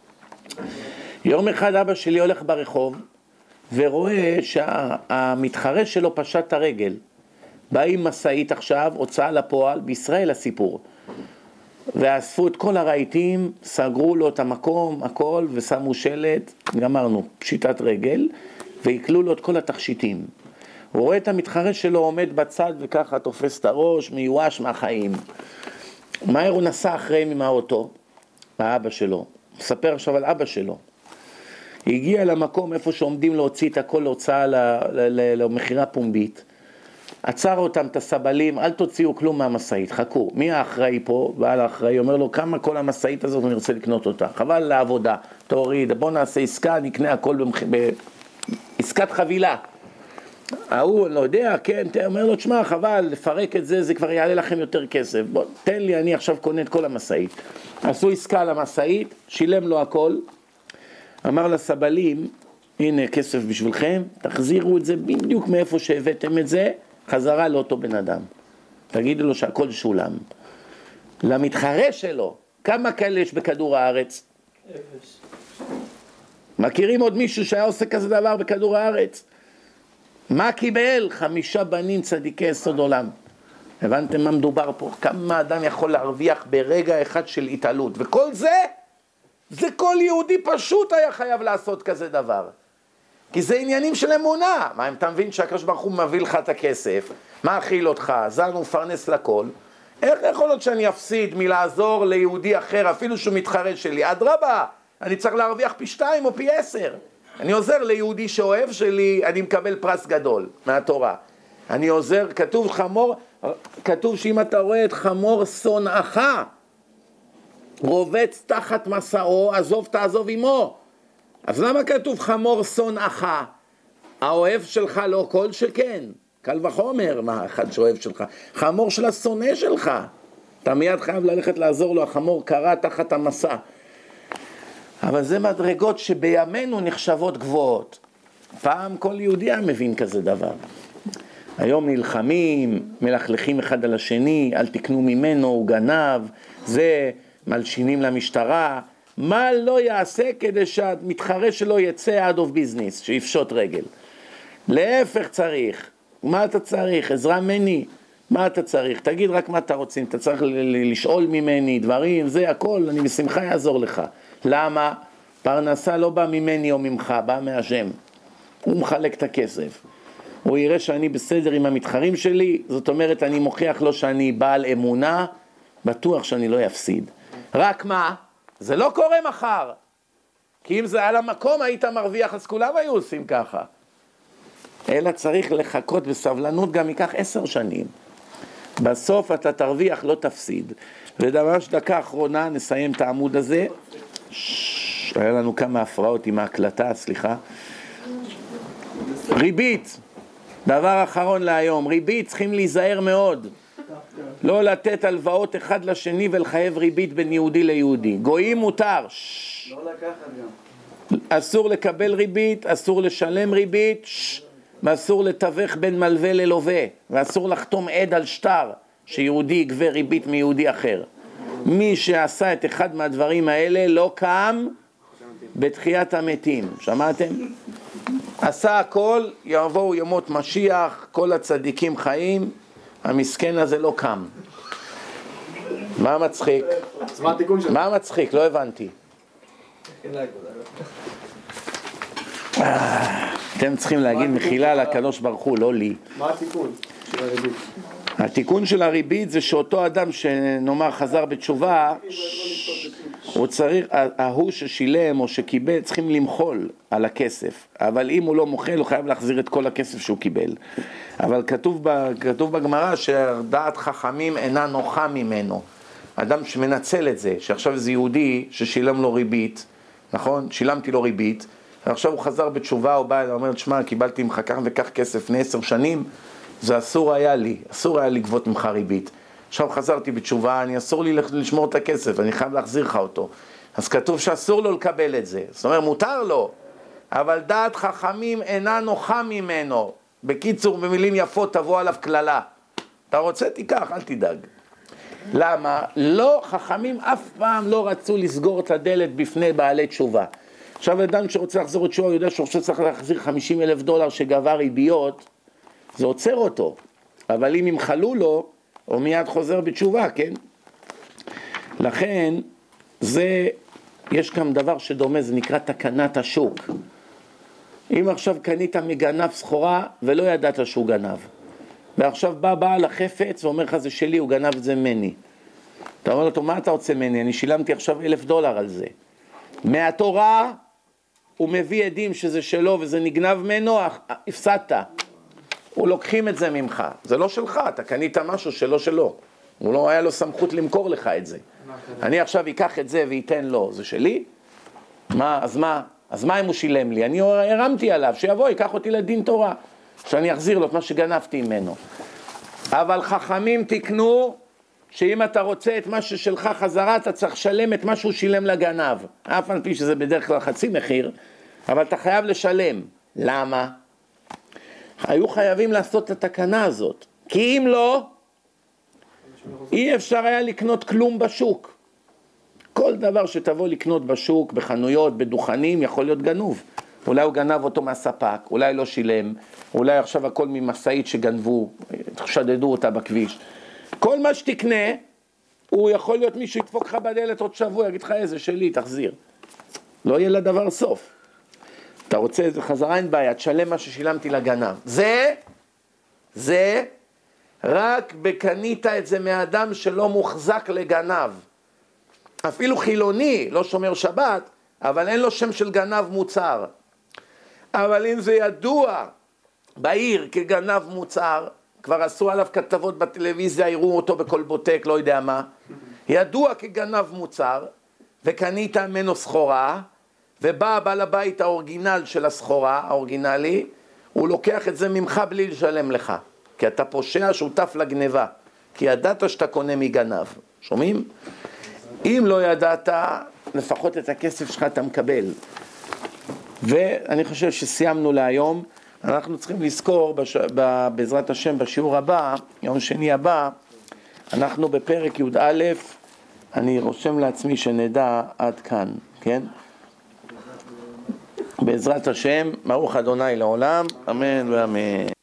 יום אחד אבא שלי הולך ברחוב, ורואה שהמתחרה שלו פשט את הרגל. בא עם מסעית עכשיו, הוצאה לפועל, בישראל הסיפור. ואספו את כל הרהיטים, סגרו לו את המקום, הכל, ושמו שלט, גמרנו, פשיטת רגל, ויקלו לו את כל התכשיטים. הוא רואה את המתחרה שלו עומד בצד וככה תופס את הראש, מיואש מהחיים. מהר הוא נסע אחריהם עם האוטו, האבא שלו. מספר עכשיו על אבא שלו. הגיע למקום איפה שעומדים להוציא את הכל להוצאה למחירה פומבית. עצר אותם את הסבלים, אל תוציאו כלום מהמסעית, חכו. מי האחראי פה? בעל האחראי אומר לו, כמה כל המסעית הזאת אני רוצה לקנות אותה? חבל לעבודה, תוריד, בוא נעשה עסקה, נקנה הכל עסקת חבילה. ההוא לא יודע, כן, אומר לו, תשמע, חבל, לפרק את זה, זה כבר יעלה לכם יותר כסף. בוא, תן לי, אני עכשיו קונה את כל המשאית. עשו עסקה למשאית, שילם לו הכל, אמר לסבלים, הנה כסף בשבילכם, תחזירו את זה בדיוק מאיפה שהבאתם את זה, חזרה לאותו בן אדם. תגידו לו שהכל שולם. למתחרה שלו, כמה כאלה יש בכדור הארץ? 0. מכירים עוד מישהו שהיה עושה כזה דבר בכדור הארץ? מה קיבל? 5 בנים צדיקי יסוד עולם. הבנתם מה מדובר פה? כמה אדם יכול להרוויח ברגע אחד של התעלות, וכל זה כל יהודי פשוט היה חייב לעשות כזה דבר. כי זה עניינים של אמונה. מה, אם אתה מבין שהקדוש ברוך הוא מביא לך את הכסף, מה אכיל אותך, זן ומפרנס לכל, איך יכול להיות שאני אפסיד מלעזור ליהודי אחר, אפילו שהוא מתחרה שלי? אדרבה, אני צריך להרוויח פי 2 או פי 10. אני עוזר ליהודי שאוהב שלי, אני מקבל פרס גדול מהתורה. אני עוזר, כתוב שאם אתה רואה את חמור שונאך, רובץ תחת מסעו, עזוב תעזוב עמו. אז למה כתוב חמור שונאך? האוהב שלך לא כל שכן. קל וחומר, מה אחד שאוהב שלך? חמור של השונא שלך. אתה מיד חייב ללכת לעזור לו, החמור קרא תחת המסע. אבל זה מדרגות שבימינו נחשבות גבוהות. פעם כל יהודי היה מבין כזה דבר. היום נלחמים, מלכלכים אחד על השני, אל תקנו ממנו, הוא גנב, זה מלשינים למשטרה. מה לא יעשה כדי שהמתחרה שלו יצא out of business, שיפשוט רגל? להפך צריך. מה אתה צריך? עזרה ממני. מה אתה צריך? תגיד רק מה אתה רוצים. אתה צריך לשאול ממני דברים, זה הכל, אני בשמחה יעזור לך. למה? פרנסה לא בא ממני או ממך, בא מהשם. הוא מחלק את הכסף. הוא יראה שאני בסדר עם המתחרים שלי, זאת אומרת אני מוכיח לו שאני בעל אמונה, בטוח שאני לא יפסיד. רק מה? זה לא קורה מחר. כי אם זה על המקום היית מרוויח, אז כולם היו עושים ככה. אלא צריך לחכות בסבלנות, גם ייקח 10 שנים. בסוף אתה תרוויח, לא תפסיד. ודמש דקה אחרונה, נסיים את העמוד הזה. היה לנו כמה הפרעות עם ההקלטה, סליחה. ריבית, דבר אחרון להיום. ריבית, צריכים להיזהר מאוד. לא לתת הלוואות אחד לשני ולחייב ריבית בין יהודי ליהודי. גויים מותר. לא לקחת גם. אסור לקבל ריבית, אסור לשלם ריבית, ואסור לתווך בין מלווה ללווה, ואסור לחתום עד על שטר שיהודי יגבה ריבית מיהודי אחר. מי שעשה את אחד מהדברים האלה לא קם בתחיית המתים. שמעתם? עשה הכל, יבואו ימות משיח, כל הצדיקים חיים, המסכן הזה לא קם. מה מצחיק? מה מצחיק? לא הבנתי. אתם צריכים להגיד מחילה לקדוש ברוך הוא, לא לי. מה התיקון של הריבית? התיקון של הריבית זה שאותו אדם שנאמר חזר בתשובה, הוא צריך, ההוא ששילם או שקיבל, צריכים למחול על הכסף. אבל אם הוא לא מוחל, הוא חייב להחזיר את כל הכסף שהוא קיבל. אבל כתוב בגמרא שדעת חכמים אינה נוחה ממנו. אדם שמנצל את זה, שעכשיו זה יהודי ששילם לו ריבית, נכון? שילמתי לו ריבית, ועכשיו הוא חזר בתשובה, הוא בא, הוא אומר, תשמע, קיבלתי ממך כך וכך כסף לפני 10 שנים, זה אסור היה לי לגבות ממך ריבית. עכשיו חזרתי בתשובה, אסור לי לשמור את הכסף, אני חייב להחזיר לך אותו. אז כתוב שאסור לו לקבל את זה. זאת אומרת, מותר לו, אבל דעת חכמים אינה נוחה ממנו. בקיצור, במילים יפות תבוא עליו כללה. אתה רוצה? תיקח, אל תדאג. למה? לא, חכמים אף פעם לא רצו לסגור את הדלת בפני בעלי תשובה. עכשיו אדם שרוצה לחזור את תשובה, הוא יודע שהוא צריך להחזיר $50,000 שגבה ריביות, זה עוצר אותו. אבל אם ימחלו לו, הוא מיד חוזר בתשובה, כן? לכן, יש גם דבר שדומה, זה נקרא תקנת השוק. אם עכשיו קנית מגנב סחורה ולא ידעת שהוא גנב, ועכשיו בא בעל החפץ ואומר לך זה שלי, הוא גנב את זה ממני. אתה אומר לו, מה אתה רוצה ממני? אני שילמתי עכשיו $1,000 על זה. מהתורה הוא מביא עדים שזה שלו וזה נגנב ממנו, הפסדת. הוא לוקחים את זה ממך, זה לא שלך, אתה קנית משהו שלו. הוא לא היה לו סמכות למכור לך את זה. אני עכשיו אקח את זה וייתן לו, זה שלי? אז מה אם הוא שילם לי? אני הרמתי עליו, שיבוא, ייקח אותי לדין תורה. שאני אחזיר לו את מה שגנבתי ממנו. אבל חכמים תקנו שאם אתה רוצה את מה ששלך חזרה, אתה צריך לשלם את מה שהוא שילם לגנב. אף על פי שזה בדרך כלל חצי מחיר, אבל אתה חייב לשלם. למה? היו חייבים לעשות את התקנה הזאת, כי אם לא, אי אפשר היה לקנות כלום בשוק. כל דבר שתבוא לקנות בשוק, בחנויות, בדוכנים, יכול להיות גנוב. אולי הוא גנב אותו מהספק, אולי לא שילם, אולי עכשיו הכל ממסעית שגנבו, שדדו אותה בכביש. כל מה שתקנה, הוא יכול להיות מישהו ידפוק לך בדלת עוד שבוע, יגיד לך איזה שלי, תחזיר. לא יהיה לדבר סוף. אתה רוצה איזה חזרה, אין בעיה, תשלם מה ששילמתי לגנב. זה רק בקנית את זה מאדם שלא מוחזק לגנב. אפילו חילוני, לא שומר שבת, אבל אין לו שם של גנב מוצר. אבל אם זה ידוע בעיר כגנב מוצר, כבר עשו עליו כתבות בטלוויזיה, יראו אותו בכל בוטק, לא יודע מה, ידוע כגנב מוצר, וקנית ממנו סחורה, ובא בעל הבית האורגינל של הסחורה, האורגינלי, הוא לוקח את זה ממך בלי לשלם לך, כי אתה פושע שותף לגניבה, כי ידעת שאתה קונה מגנב. שומעים? אם לא ידעת, לפחות את הכסף שלך אתה מקבל. ואני חושב שסיימנו להיום. אנחנו צריכים לזכור בעזרת השם בשיעור הבא, יום שני הבא, אנחנו בפרק י"א, אני רושם לעצמי שנדע עד כאן, כן? בעזרת השם, ברוך אדוני לעולם, אמן ואמן.